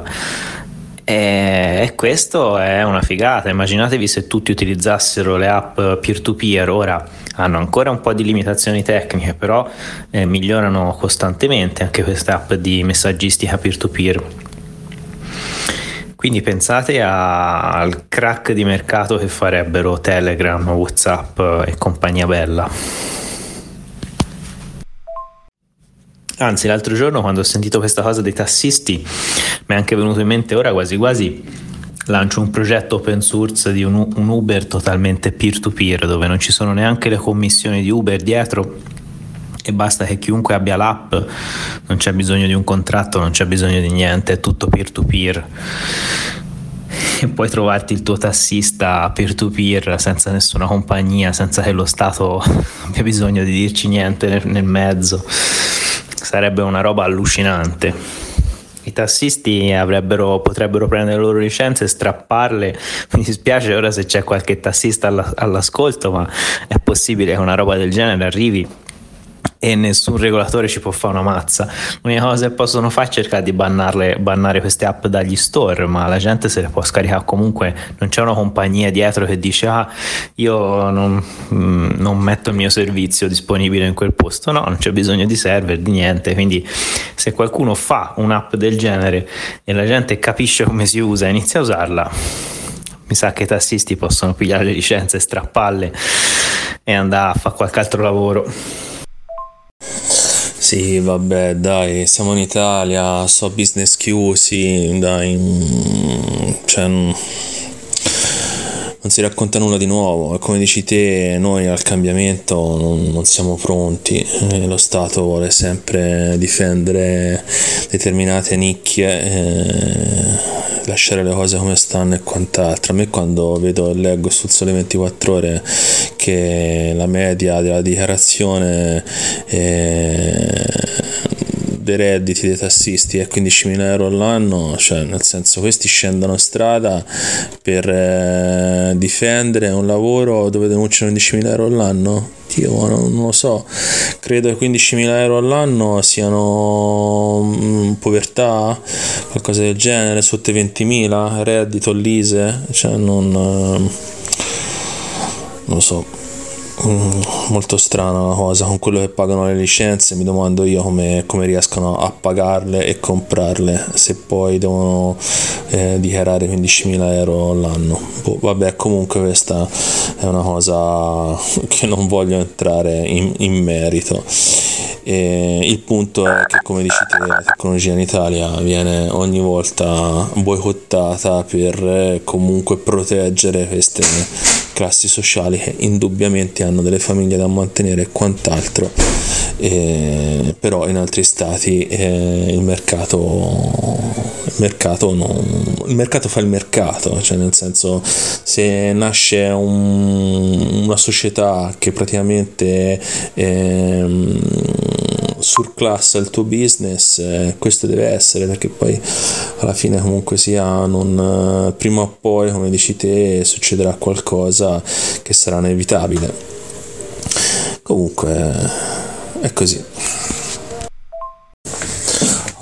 E questo è una figata. Immaginatevi se tutti utilizzassero le app peer-to-peer. Ora hanno ancora un po' di limitazioni tecniche, però migliorano costantemente anche queste app di messaggistica peer-to-peer. Quindi pensate al crack di mercato che farebbero Telegram, WhatsApp e compagnia bella. Anzi, l'altro giorno quando ho sentito questa cosa dei tassisti mi è anche venuto in mente, ora quasi quasi lancio un progetto open source di un Uber totalmente peer-to-peer, dove non ci sono neanche le commissioni di Uber dietro e basta che chiunque abbia l'app, non c'è bisogno di un contratto, non c'è bisogno di niente, è tutto peer-to-peer. E puoi trovarti il tuo tassista peer-to-peer senza nessuna compagnia, senza che lo Stato abbia bisogno di dirci niente nel mezzo. Sarebbe una roba allucinante. I tassisti potrebbero prendere le loro licenze e strapparle. Mi dispiace ora se c'è qualche tassista all'ascolto, ma è possibile che una roba del genere arrivi e nessun regolatore ci può fare una mazza. L'unica cosa che possono fare è cercare di bannare queste app dagli store, ma la gente se le può scaricare comunque. Non c'è una compagnia dietro che dice io non metto il mio servizio disponibile in quel posto. No, non c'è bisogno di server, di niente. Quindi se qualcuno fa un'app del genere e la gente capisce come si usa e inizia a usarla, mi sa che i tassisti possono pigliare le licenze, strapparle e andare a fare qualche altro lavoro. Sì, vabbè, dai, siamo in Italia, so business chiusi, dai, cioè non si racconta nulla di nuovo. Come dici te, noi al cambiamento non siamo pronti, lo Stato vuole sempre difendere determinate nicchie, lasciare le cose come stanno e quant'altro. A me quando vedo e leggo sul Sole 24 Ore che la media della dichiarazione dei redditi dei tassisti è 15.000 euro all'anno, cioè nel senso, questi scendono in strada per difendere un lavoro dove denunciano 15.000 euro all'anno. Io non lo so, credo che 15.000 euro all'anno siano povertà, qualcosa del genere, sotto i 20.000 reddito l'ISE, cioè non lo so. Molto strana la cosa. Con quello che pagano le licenze mi domando io come riescano a pagarle e comprarle se poi devono dichiarare 15.000 euro all'anno. Vabbè, comunque questa è una cosa che non voglio entrare in merito. Il punto è che, come dici te, la tecnologia in Italia viene ogni volta boicottata per comunque proteggere queste classi sociali che indubbiamente hanno delle famiglie da mantenere e quant'altro, però in altri stati il mercato fa il mercato, cioè nel senso, se nasce una società che praticamente surclassa il tuo business, questo deve essere, perché poi alla fine comunque sia prima o poi, come dici te, succederà qualcosa che sarà inevitabile. Comunque è così.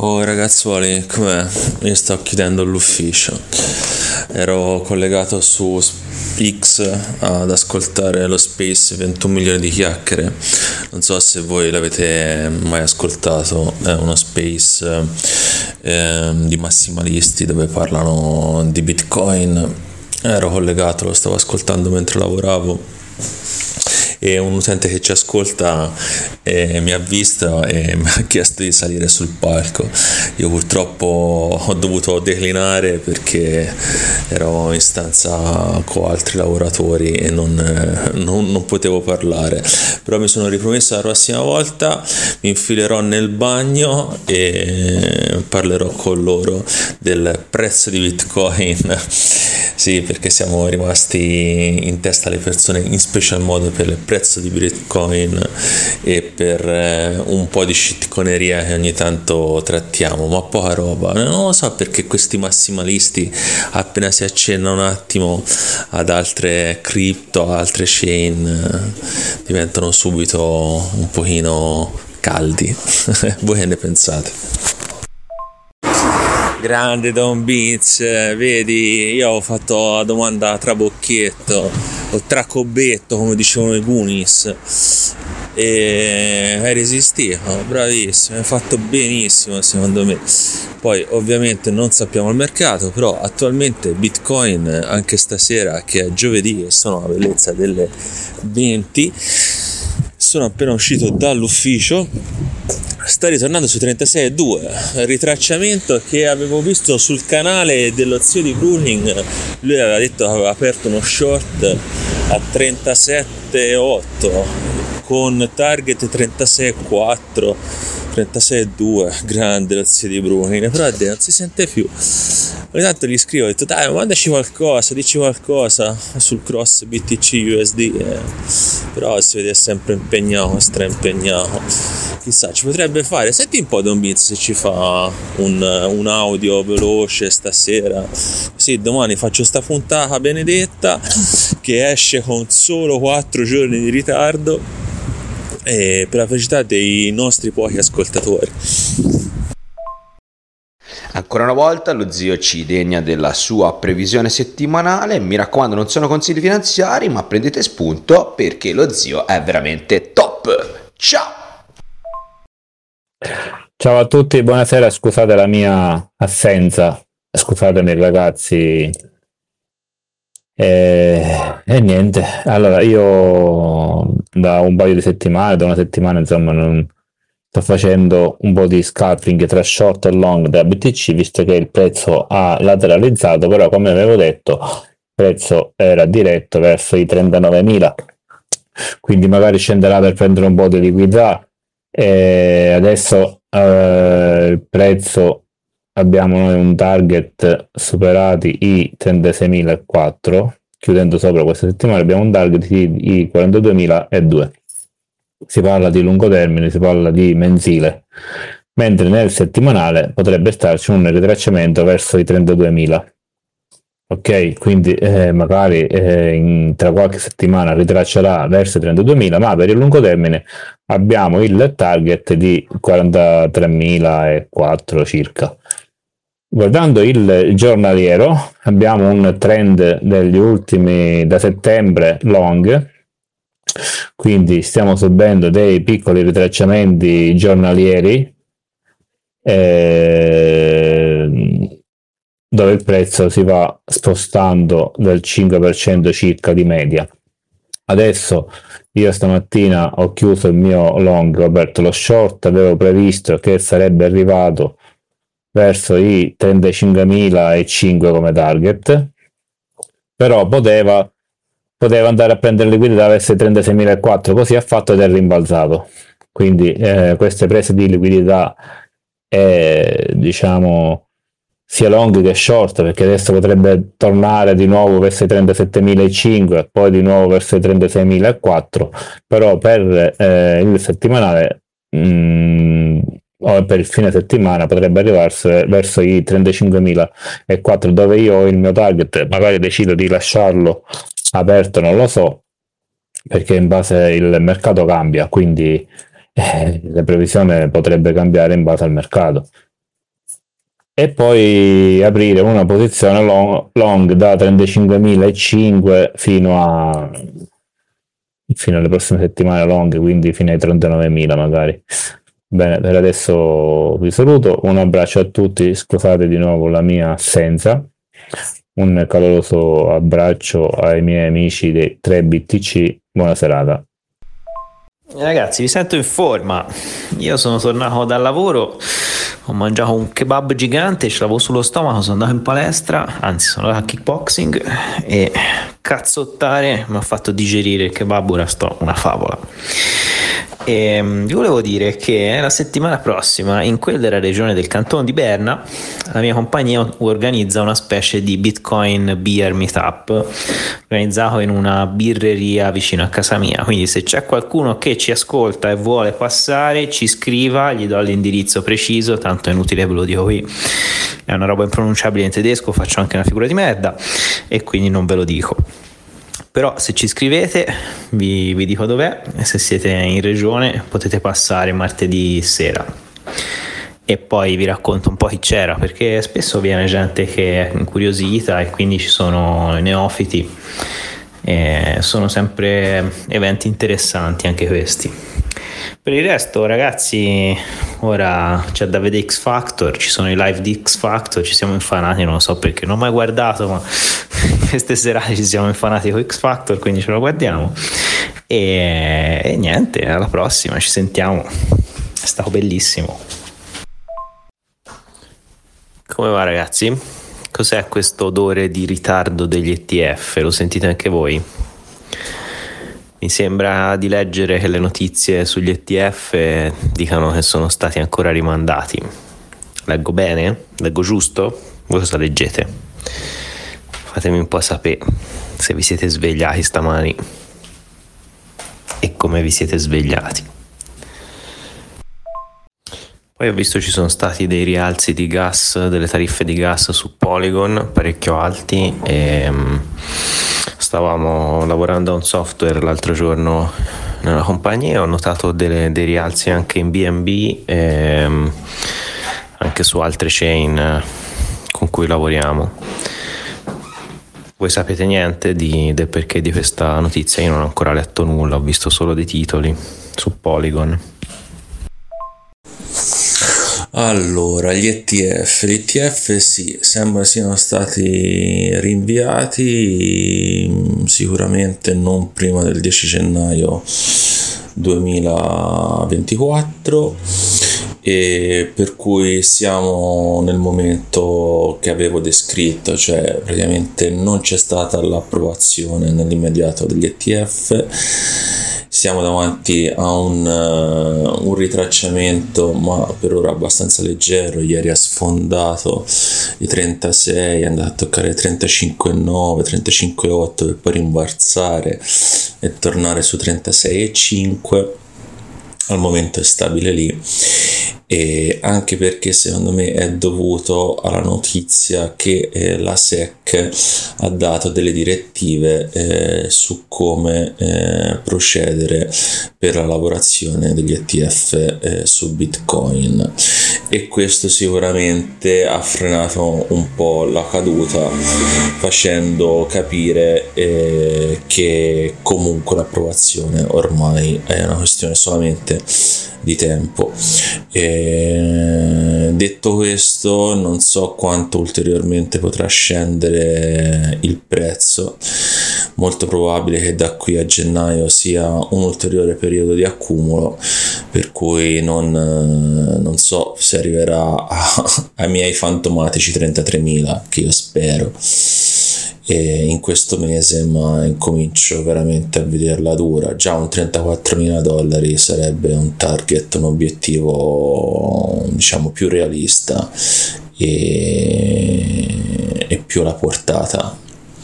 Oh ragazzuoli, com'è? Io sto chiudendo l'ufficio. Ero collegato su X ad ascoltare lo Space 21 milioni di chiacchiere. Non so se voi l'avete mai ascoltato, è uno Space di massimalisti dove parlano di Bitcoin. Ero collegato, lo stavo ascoltando mentre lavoravo. E un utente che ci ascolta mi ha visto e mi ha chiesto di salire sul palco. Io purtroppo ho dovuto declinare perché ero in stanza con altri lavoratori e non potevo parlare, però mi sono ripromesso la prossima volta mi infilerò nel bagno e parlerò con loro del prezzo di Bitcoin. Sì, perché siamo rimasti in testa alle persone, in special modo per il prezzo di Bitcoin e per un po' di shitconeria che ogni tanto trattiamo, ma poca roba. Non lo so perché questi massimalisti, appena si accenna un attimo ad altre cripto, altre chain, diventano subito un pochino caldi. Voi che ne pensate? Grande Don Beans, vedi, io ho fatto la domanda a trabocchetto, o tracobetto come dicevano i Goonies, e hai resistito, bravissimo, hai fatto benissimo secondo me. Poi ovviamente non sappiamo il mercato, però attualmente Bitcoin, anche stasera che è giovedì e sono la bellezza delle 20, sono appena uscito dall'ufficio, sta ritornando su 36,2, ritracciamento che avevo visto sul canale dello zio di Bruning. Lui aveva detto che aveva aperto uno short a 37,8 con target 36,4, 36,2, grande lo zio di Bruning, però non si sente più. Ogni tanto gli scrivo, ho detto dai mandaci qualcosa, dici qualcosa sul cross BTC USD, però si vede sempre impegnato, straimpegnato. Chissà, ci potrebbe fare. Senti un po' Don Beans se ci fa un audio veloce stasera, così domani faccio sta puntata benedetta che esce con solo 4 giorni di ritardo, e per la felicità dei nostri pochi ascoltatori. Ancora una volta lo zio ci degna della sua previsione settimanale. Mi raccomando, non sono consigli finanziari, ma prendete spunto perché lo zio è veramente top. Ciao! Ciao a tutti, buonasera, scusate la mia assenza, scusatemi ragazzi. E niente, allora io da un paio di settimane, da una settimana insomma, non sto facendo un po' di scalping tra short e long della BTC, visto che il prezzo ha lateralizzato, però come avevo detto il prezzo era diretto verso i 39.000, quindi magari scenderà per prendere un po' di liquidità. E adesso il prezzo, abbiamo noi un target superati i 36.004, chiudendo sopra questa settimana abbiamo un target di i 42.002. Si parla di lungo termine, si parla di mensile, mentre nel settimanale potrebbe starci un ritracciamento verso i 32.000. Ok, quindi magari tra qualche settimana ritraccerà verso i 32.000, ma per il lungo termine abbiamo il target di 43.004 circa. Guardando il giornaliero abbiamo un trend degli ultimi da settembre long, quindi stiamo subendo dei piccoli ritracciamenti giornalieri dove il prezzo si va spostando del 5% circa di media. Adesso io stamattina ho chiuso il mio long, ho aperto lo short, avevo previsto che sarebbe arrivato verso i 35.005 come target, però poteva andare a prendere liquidità verso i 36.004, così ha fatto ed è rimbalzato. Quindi queste prese di liquidità diciamo sia long che short, perché adesso potrebbe tornare di nuovo verso i 37.005 e poi di nuovo verso i 36.004, però per il settimanale o per il fine settimana potrebbe arrivarsi verso i 35.004, dove io ho il mio target. Magari decido di lasciarlo aperto, non lo so, perché in base il mercato cambia, quindi la previsione potrebbe cambiare in base al mercato. e poi aprire una posizione long da 35.005 fino alle prossime settimane long, quindi fino ai 39.000 magari. Bene, per adesso vi saluto, un abbraccio a tutti, scusate di nuovo la mia assenza, un caloroso abbraccio ai miei amici dei 3BTC, buona serata. Ragazzi, vi sento in forma. Io sono tornato dal lavoro, ho mangiato un kebab gigante, ce l'avevo sullo stomaco, sono andato in palestra, anzi sono andato a kickboxing e cazzottare mi ha fatto digerire il kebab, ora sto una favola. E vi volevo dire che la settimana prossima in quella regione del canton di Berna la mia compagnia organizza una specie di Bitcoin Beer Meetup organizzato in una birreria vicino a casa mia, quindi se c'è qualcuno che ci ascolta e vuole passare ci scriva, gli do l'indirizzo preciso, tanto è inutile ve lo dico qui, è una roba impronunciabile in tedesco, faccio anche una figura di merda e quindi non ve lo dico. Però se ci scrivete vi dico dov'è e se siete in regione potete passare martedì sera e poi vi racconto un po' chi c'era, perché spesso viene gente che è incuriosita e quindi ci sono neofiti e sono sempre eventi interessanti anche questi. Per il resto ragazzi, ora c'è da vedere X Factor, ci sono i live di X Factor, ci siamo infanati, non lo so perché, non ho mai guardato, ma queste serate ci siamo infanati con X Factor, quindi ce lo guardiamo e niente, alla prossima, ci sentiamo, è stato bellissimo. Come va ragazzi? Cos'è questo odore di ritardo degli ETF? Lo sentite anche voi? Mi sembra di leggere che le notizie sugli ETF dicano che sono stati ancora rimandati. Leggo bene? Leggo giusto? Voi cosa leggete? Fatemi un po' sapere se vi siete svegliati stamani e come vi siete svegliati. Poi ho visto ci sono stati dei rialzi di gas, delle tariffe di gas su Polygon parecchio alti e stavamo lavorando a un software l'altro giorno nella compagnia e ho notato dei rialzi anche in BNB e anche su altre chain con cui lavoriamo. Voi sapete niente del perché di questa notizia? Io non ho ancora letto nulla, ho visto solo dei titoli su Polygon. Allora, gli ETF sì, sembra siano stati rinviati, sicuramente non prima del 10 gennaio 2024 e per cui siamo nel momento che avevo descritto, cioè praticamente non c'è stata l'approvazione nell'immediato degli ETF. Siamo davanti a un ritracciamento, ma per ora abbastanza leggero. Ieri ha sfondato i 36, è andato a toccare 35,9, 35,8 per poi rimbalzare e tornare su 36,5. Al momento è stabile lì, e anche perché secondo me è dovuto alla notizia che la SEC ha dato delle direttive su come procedere per la lavorazione degli ETF su Bitcoin, e questo sicuramente ha frenato un po' la caduta, facendo capire che comunque l'approvazione ormai è una questione solamente di tempo. Detto questo, non so quanto ulteriormente potrà scendere il prezzo, molto probabile che da qui a gennaio sia un ulteriore periodo di accumulo, per cui non so se arriverà ai miei fantomatici 33.000 che io spero in questo mese, ma incomincio veramente a vederla dura. Già un $34.000 sarebbe un target, un obiettivo diciamo più realista e più alla portata.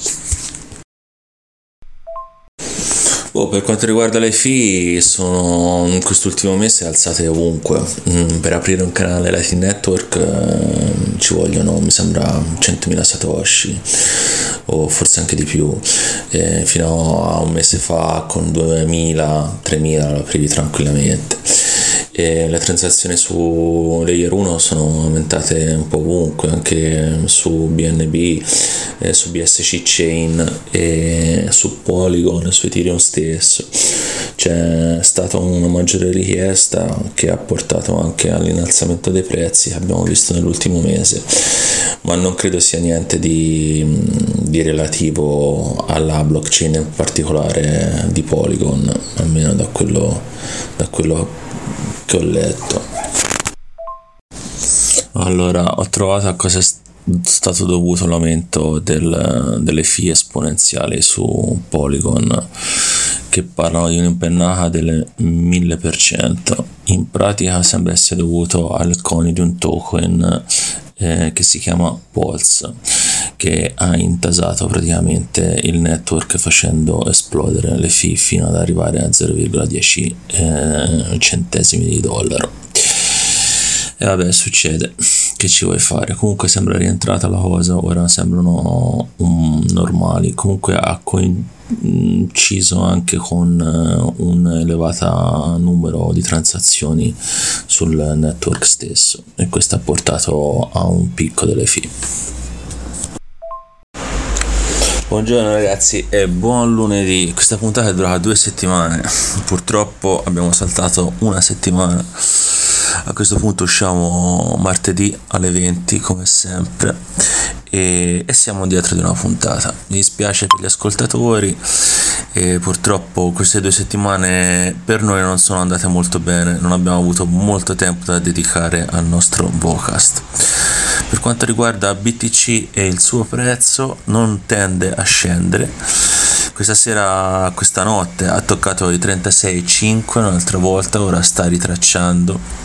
Per quanto riguarda le fee, sono in quest'ultimo mese alzate ovunque. Per aprire un canale Lightning Network ci vogliono, mi sembra, 100.000 satoshi o forse anche di più. Fino a un mese fa con 2.000, 3.000 lo aprivi tranquillamente. e le transazioni su Layer 1 sono aumentate un po' ovunque, anche su BNB, su BSC Chain e su Polygon, su Ethereum stesso. C'è stata una maggiore richiesta che ha portato anche all'innalzamento dei prezzi che abbiamo visto nell'ultimo mese, ma non credo sia niente di relativo alla blockchain, in particolare di Polygon, almeno da quello che ho letto. Allora, ho trovato a cosa è stato dovuto l'aumento delle fee esponenziali su Polygon, che parlano di un'impennata del 1000%. In pratica sembra essere dovuto al CONI di un token che si chiama Pulse, che ha intasato praticamente il network facendo esplodere le fee fino ad arrivare a 0,10 centesimi di dollaro. E vabbè, succede, che ci vuoi fare? Comunque sembra rientrata la cosa, ora sembrano normali. Comunque ha coinciso anche con un elevato numero di transazioni sul network stesso, e questo ha portato a un picco delle fee. Buongiorno ragazzi e buon lunedì. Questa puntata è durata 2 settimane, purtroppo abbiamo saltato una settimana. A questo punto usciamo martedì alle 20 come sempre e siamo dietro di una puntata. Mi dispiace per gli ascoltatori e purtroppo queste 2 settimane per noi non sono andate molto bene, non abbiamo avuto molto tempo da dedicare al nostro podcast. Per quanto riguarda BTC e il suo prezzo, non tende a scendere. Questa notte ha toccato i 36,5 un'altra volta, ora sta ritracciando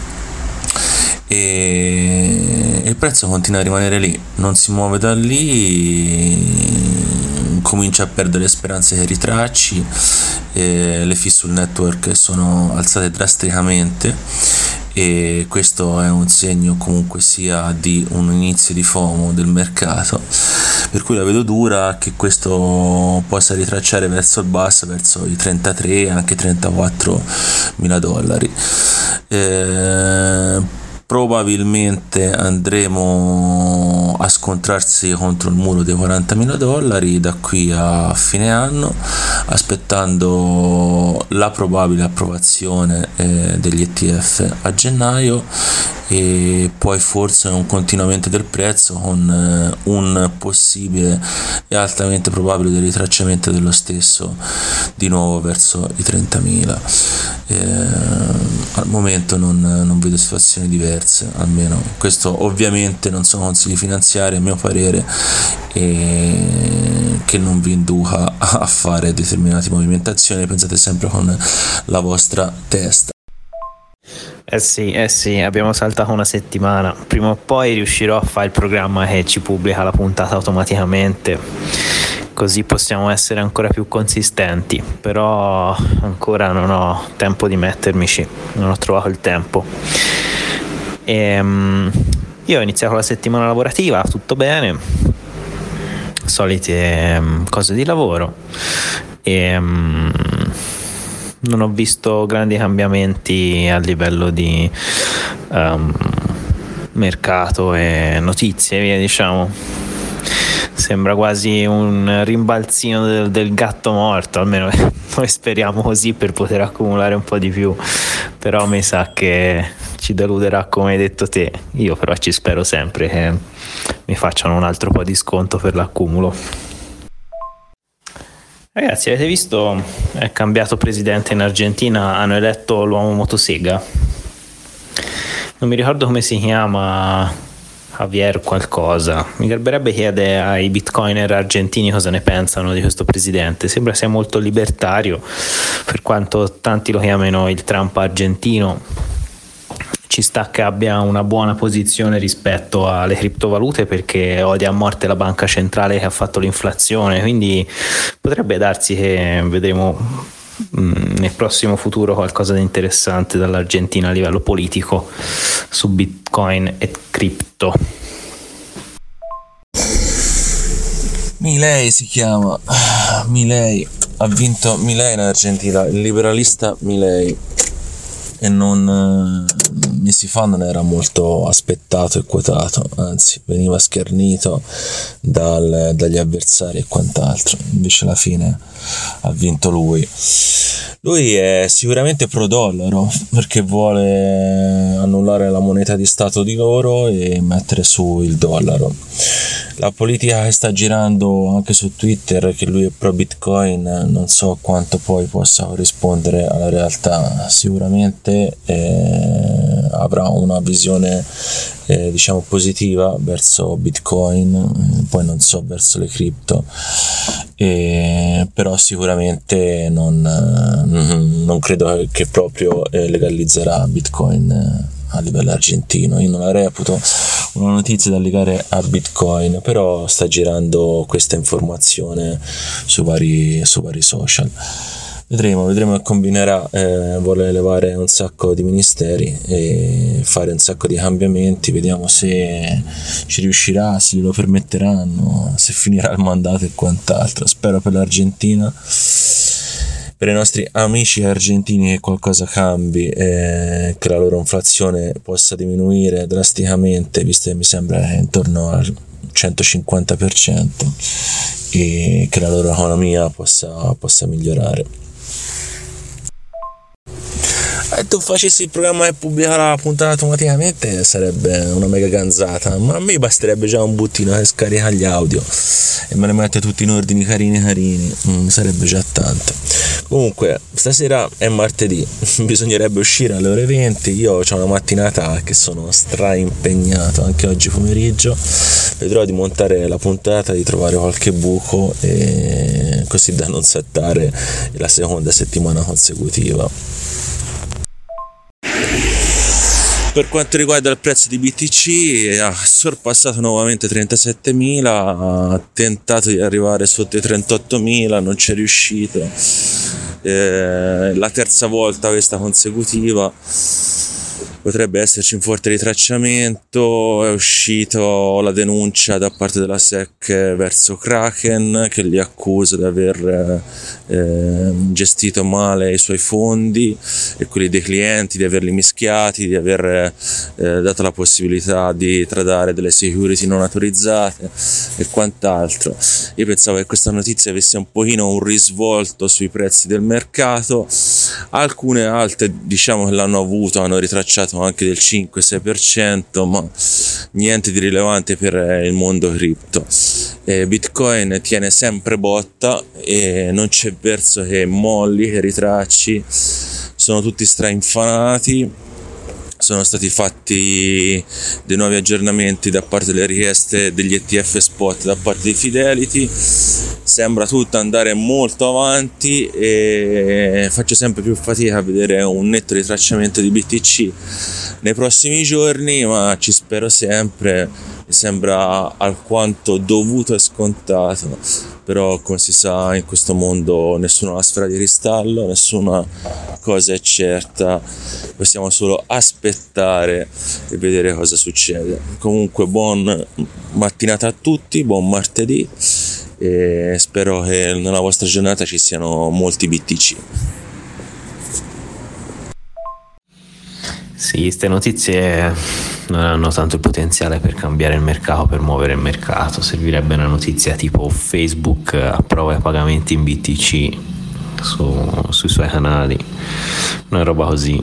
e il prezzo continua a rimanere lì, non si muove da lì, comincia a perdere speranze che ritracci, le fee sul network sono alzate drasticamente e questo è un segno comunque sia di un inizio di FOMO del mercato, per cui la vedo dura che questo possa ritracciare verso il basso, verso i 33 anche 34 mila dollari. Probabilmente andremo a scontrarsi contro il muro dei 40.000 dollari da qui a fine anno, aspettando la probabile approvazione degli ETF a gennaio e poi forse un continuamento del prezzo con un possibile e altamente probabile ritracciamento dello stesso di nuovo verso i 30.000. Al momento non vedo situazioni diverse, almeno questo ovviamente non sono consigli finanziari a mio parere, e che non vi induca a fare determinate movimentazioni, pensate sempre con la vostra testa. Eh sì, abbiamo saltato una settimana. Prima o poi riuscirò a fare il programma che ci pubblica la puntata automaticamente, così possiamo essere ancora più consistenti, però ancora non ho tempo di mettermici, non ho trovato il tempo. Io ho iniziato la settimana lavorativa, tutto bene, solite cose di lavoro, e non ho visto grandi cambiamenti a livello di mercato e notizie, via, diciamo. Sembra quasi un rimbalzino del gatto morto, almeno noi speriamo così per poter accumulare un po' di più, però mi sa che ci deluderà come hai detto te. Io però ci spero sempre che mi facciano un altro po' di sconto per l'accumulo. Ragazzi, avete visto? È cambiato presidente in Argentina, hanno eletto l'uomo motosega. Non mi ricordo come si chiama, Javier qualcosa. Mi garberebbe chiedere ai bitcoiner argentini cosa ne pensano di questo presidente. Sembra sia molto libertario, per quanto tanti lo chiamino il Trump argentino. Ci sta che abbia una buona posizione rispetto alle criptovalute, perché odia a morte la banca centrale che ha fatto l'inflazione, quindi potrebbe darsi che vedremo nel prossimo futuro qualcosa di interessante dall'Argentina a livello politico su Bitcoin e cripto. Milei si chiama, Milei ha vinto Milei in Argentina, il liberalista Milei. e mesi fa non era molto aspettato e quotato, anzi veniva schernito dagli avversari e quant'altro. Invece alla fine ha vinto lui. Lui è sicuramente pro dollaro perché vuole annullare la moneta di stato di loro e mettere su il dollaro. La politica che sta girando anche su Twitter, che lui è pro Bitcoin, non so quanto poi possa corrispondere alla realtà. Sicuramente avrà una visione diciamo positiva verso Bitcoin, poi non so verso le cripto, però sicuramente non credo che proprio legalizzerà Bitcoin a livello argentino. Io non la reputo una notizia da legare a Bitcoin, però sta girando questa informazione su vari social. Vedremo che combinerà. Vuole elevare un sacco di ministeri e fare un sacco di cambiamenti. Vediamo se ci riuscirà, se glielo permetteranno, se finirà il mandato e quant'altro. Spero per l'Argentina, per i nostri amici argentini, che qualcosa cambi, che la loro inflazione possa diminuire drasticamente, visto che mi sembra che è intorno al 150%, e che la loro economia possa migliorare. E tu facessi il programma che pubblica la puntata automaticamente, sarebbe una mega ganzata, ma a me basterebbe già un buttino che scarica gli audio e me ne mette tutti in ordini carini, sarebbe già tanto. Comunque stasera è martedì, bisognerebbe uscire alle ore 20. Io ho una mattinata che sono impegnato, anche oggi pomeriggio vedrò di montare la puntata, di trovare qualche buco, e così da non saltare la seconda settimana consecutiva. Per quanto riguarda il prezzo di BTC, ha sorpassato nuovamente 37.000, ha tentato di arrivare sotto i 38.000, non c'è riuscito. La terza volta questa consecutiva. Potrebbe esserci un forte ritracciamento. È uscito la denuncia da parte della SEC verso Kraken, che li accusa di aver gestito male i suoi fondi e quelli dei clienti, di averli mischiati, di aver dato la possibilità di tradare delle security non autorizzate e quant'altro. Io pensavo che questa notizia avesse un pochino un risvolto sui prezzi del mercato. Alcune alte, diciamo, che l'hanno avuto, hanno ritracciato anche del 5-6%, ma niente di rilevante per il mondo cripto. Bitcoin tiene sempre botta e non c'è verso che molli, che ritracci. Sono tutti strainfanati. Sono stati fatti dei nuovi aggiornamenti da parte delle richieste degli ETF spot da parte di Fidelity. Sembra tutto andare molto avanti e faccio sempre più fatica a vedere un netto ritracciamento di BTC nei prossimi giorni, ma ci spero sempre. Mi sembra alquanto dovuto e scontato, però come si sa in questo mondo nessuno ha la sfera di cristallo, nessuna cosa è certa, possiamo solo aspettare e vedere cosa succede. Comunque buon mattinata a tutti, buon martedì, e spero che nella vostra giornata ci siano molti BTC. Sì, queste notizie non hanno tanto il potenziale per cambiare il mercato, per muovere il mercato. Servirebbe una notizia tipo Facebook approva i pagamenti in BTC sui suoi canali, una roba così.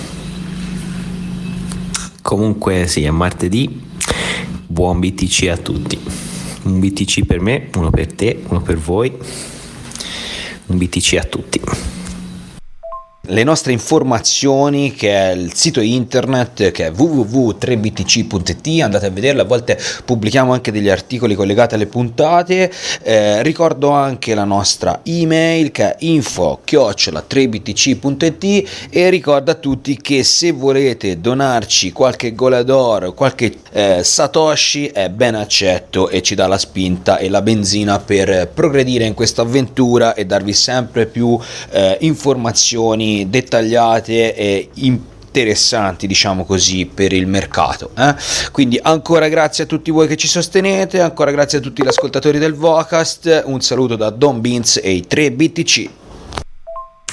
Comunque sì, è martedì, buon BTC a tutti. Un BTC per me, uno per te, uno per voi, un BTC a tutti. Le nostre informazioni, che è il sito internet, che è www.3btc.it, andate a vederlo, a volte pubblichiamo anche degli articoli collegati alle puntate. Ricordo anche la nostra email, che è info@3btc.it, e ricordo a tutti che se volete donarci qualche golador, qualche satoshi, è ben accetto e ci dà la spinta e la benzina per progredire in questa avventura e darvi sempre più informazioni dettagliate e interessanti, diciamo così, per il mercato. Quindi ancora grazie a tutti voi che ci sostenete, ancora grazie a tutti gli ascoltatori del Vocast, un saluto da Don Beans e i 3BTC.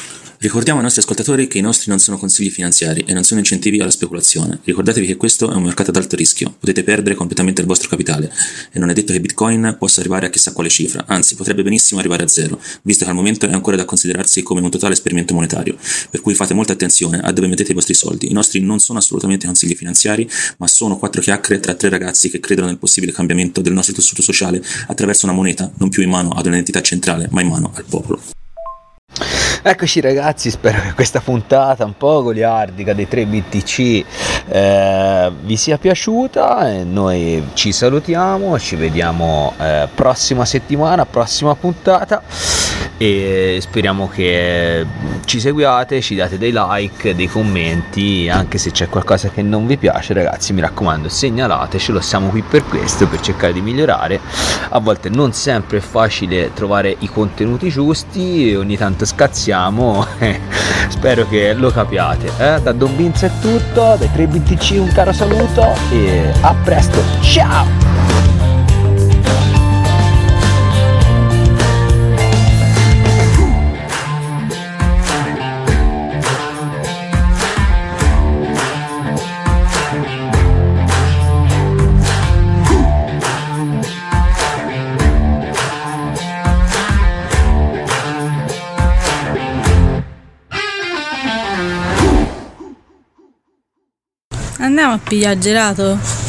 Ricordiamo ai nostri ascoltatori che i nostri non sono consigli finanziari e non sono incentivi alla speculazione. Ricordatevi che questo è un mercato ad alto rischio, potete perdere completamente il vostro capitale e non è detto che Bitcoin possa arrivare a chissà quale cifra, anzi potrebbe benissimo arrivare a zero, visto che al momento è ancora da considerarsi come un totale esperimento monetario, per cui fate molta attenzione a dove mettete i vostri soldi. I nostri non sono assolutamente consigli finanziari, ma sono 4 chiacchiere tra 3 ragazzi che credono nel possibile cambiamento del nostro tessuto sociale attraverso una moneta non più in mano ad un'entità centrale, ma in mano al popolo. Eccoci ragazzi, spero che questa puntata un po' goliardica dei 3 BTC vi sia piaciuta e noi ci salutiamo, ci vediamo prossima settimana, prossima puntata e speriamo che ci seguiate, ci date dei like, dei commenti, anche se c'è qualcosa che non vi piace ragazzi, mi raccomando segnalatecelo, siamo qui per questo, per cercare di migliorare. A volte non sempre è facile trovare i contenuti giusti e ogni tanto scazziamo, spero che lo capiate. Da Don Beans è tutto, dai 3 BTC un caro saluto e a presto, ciao! Andiamo a pigliare gelato?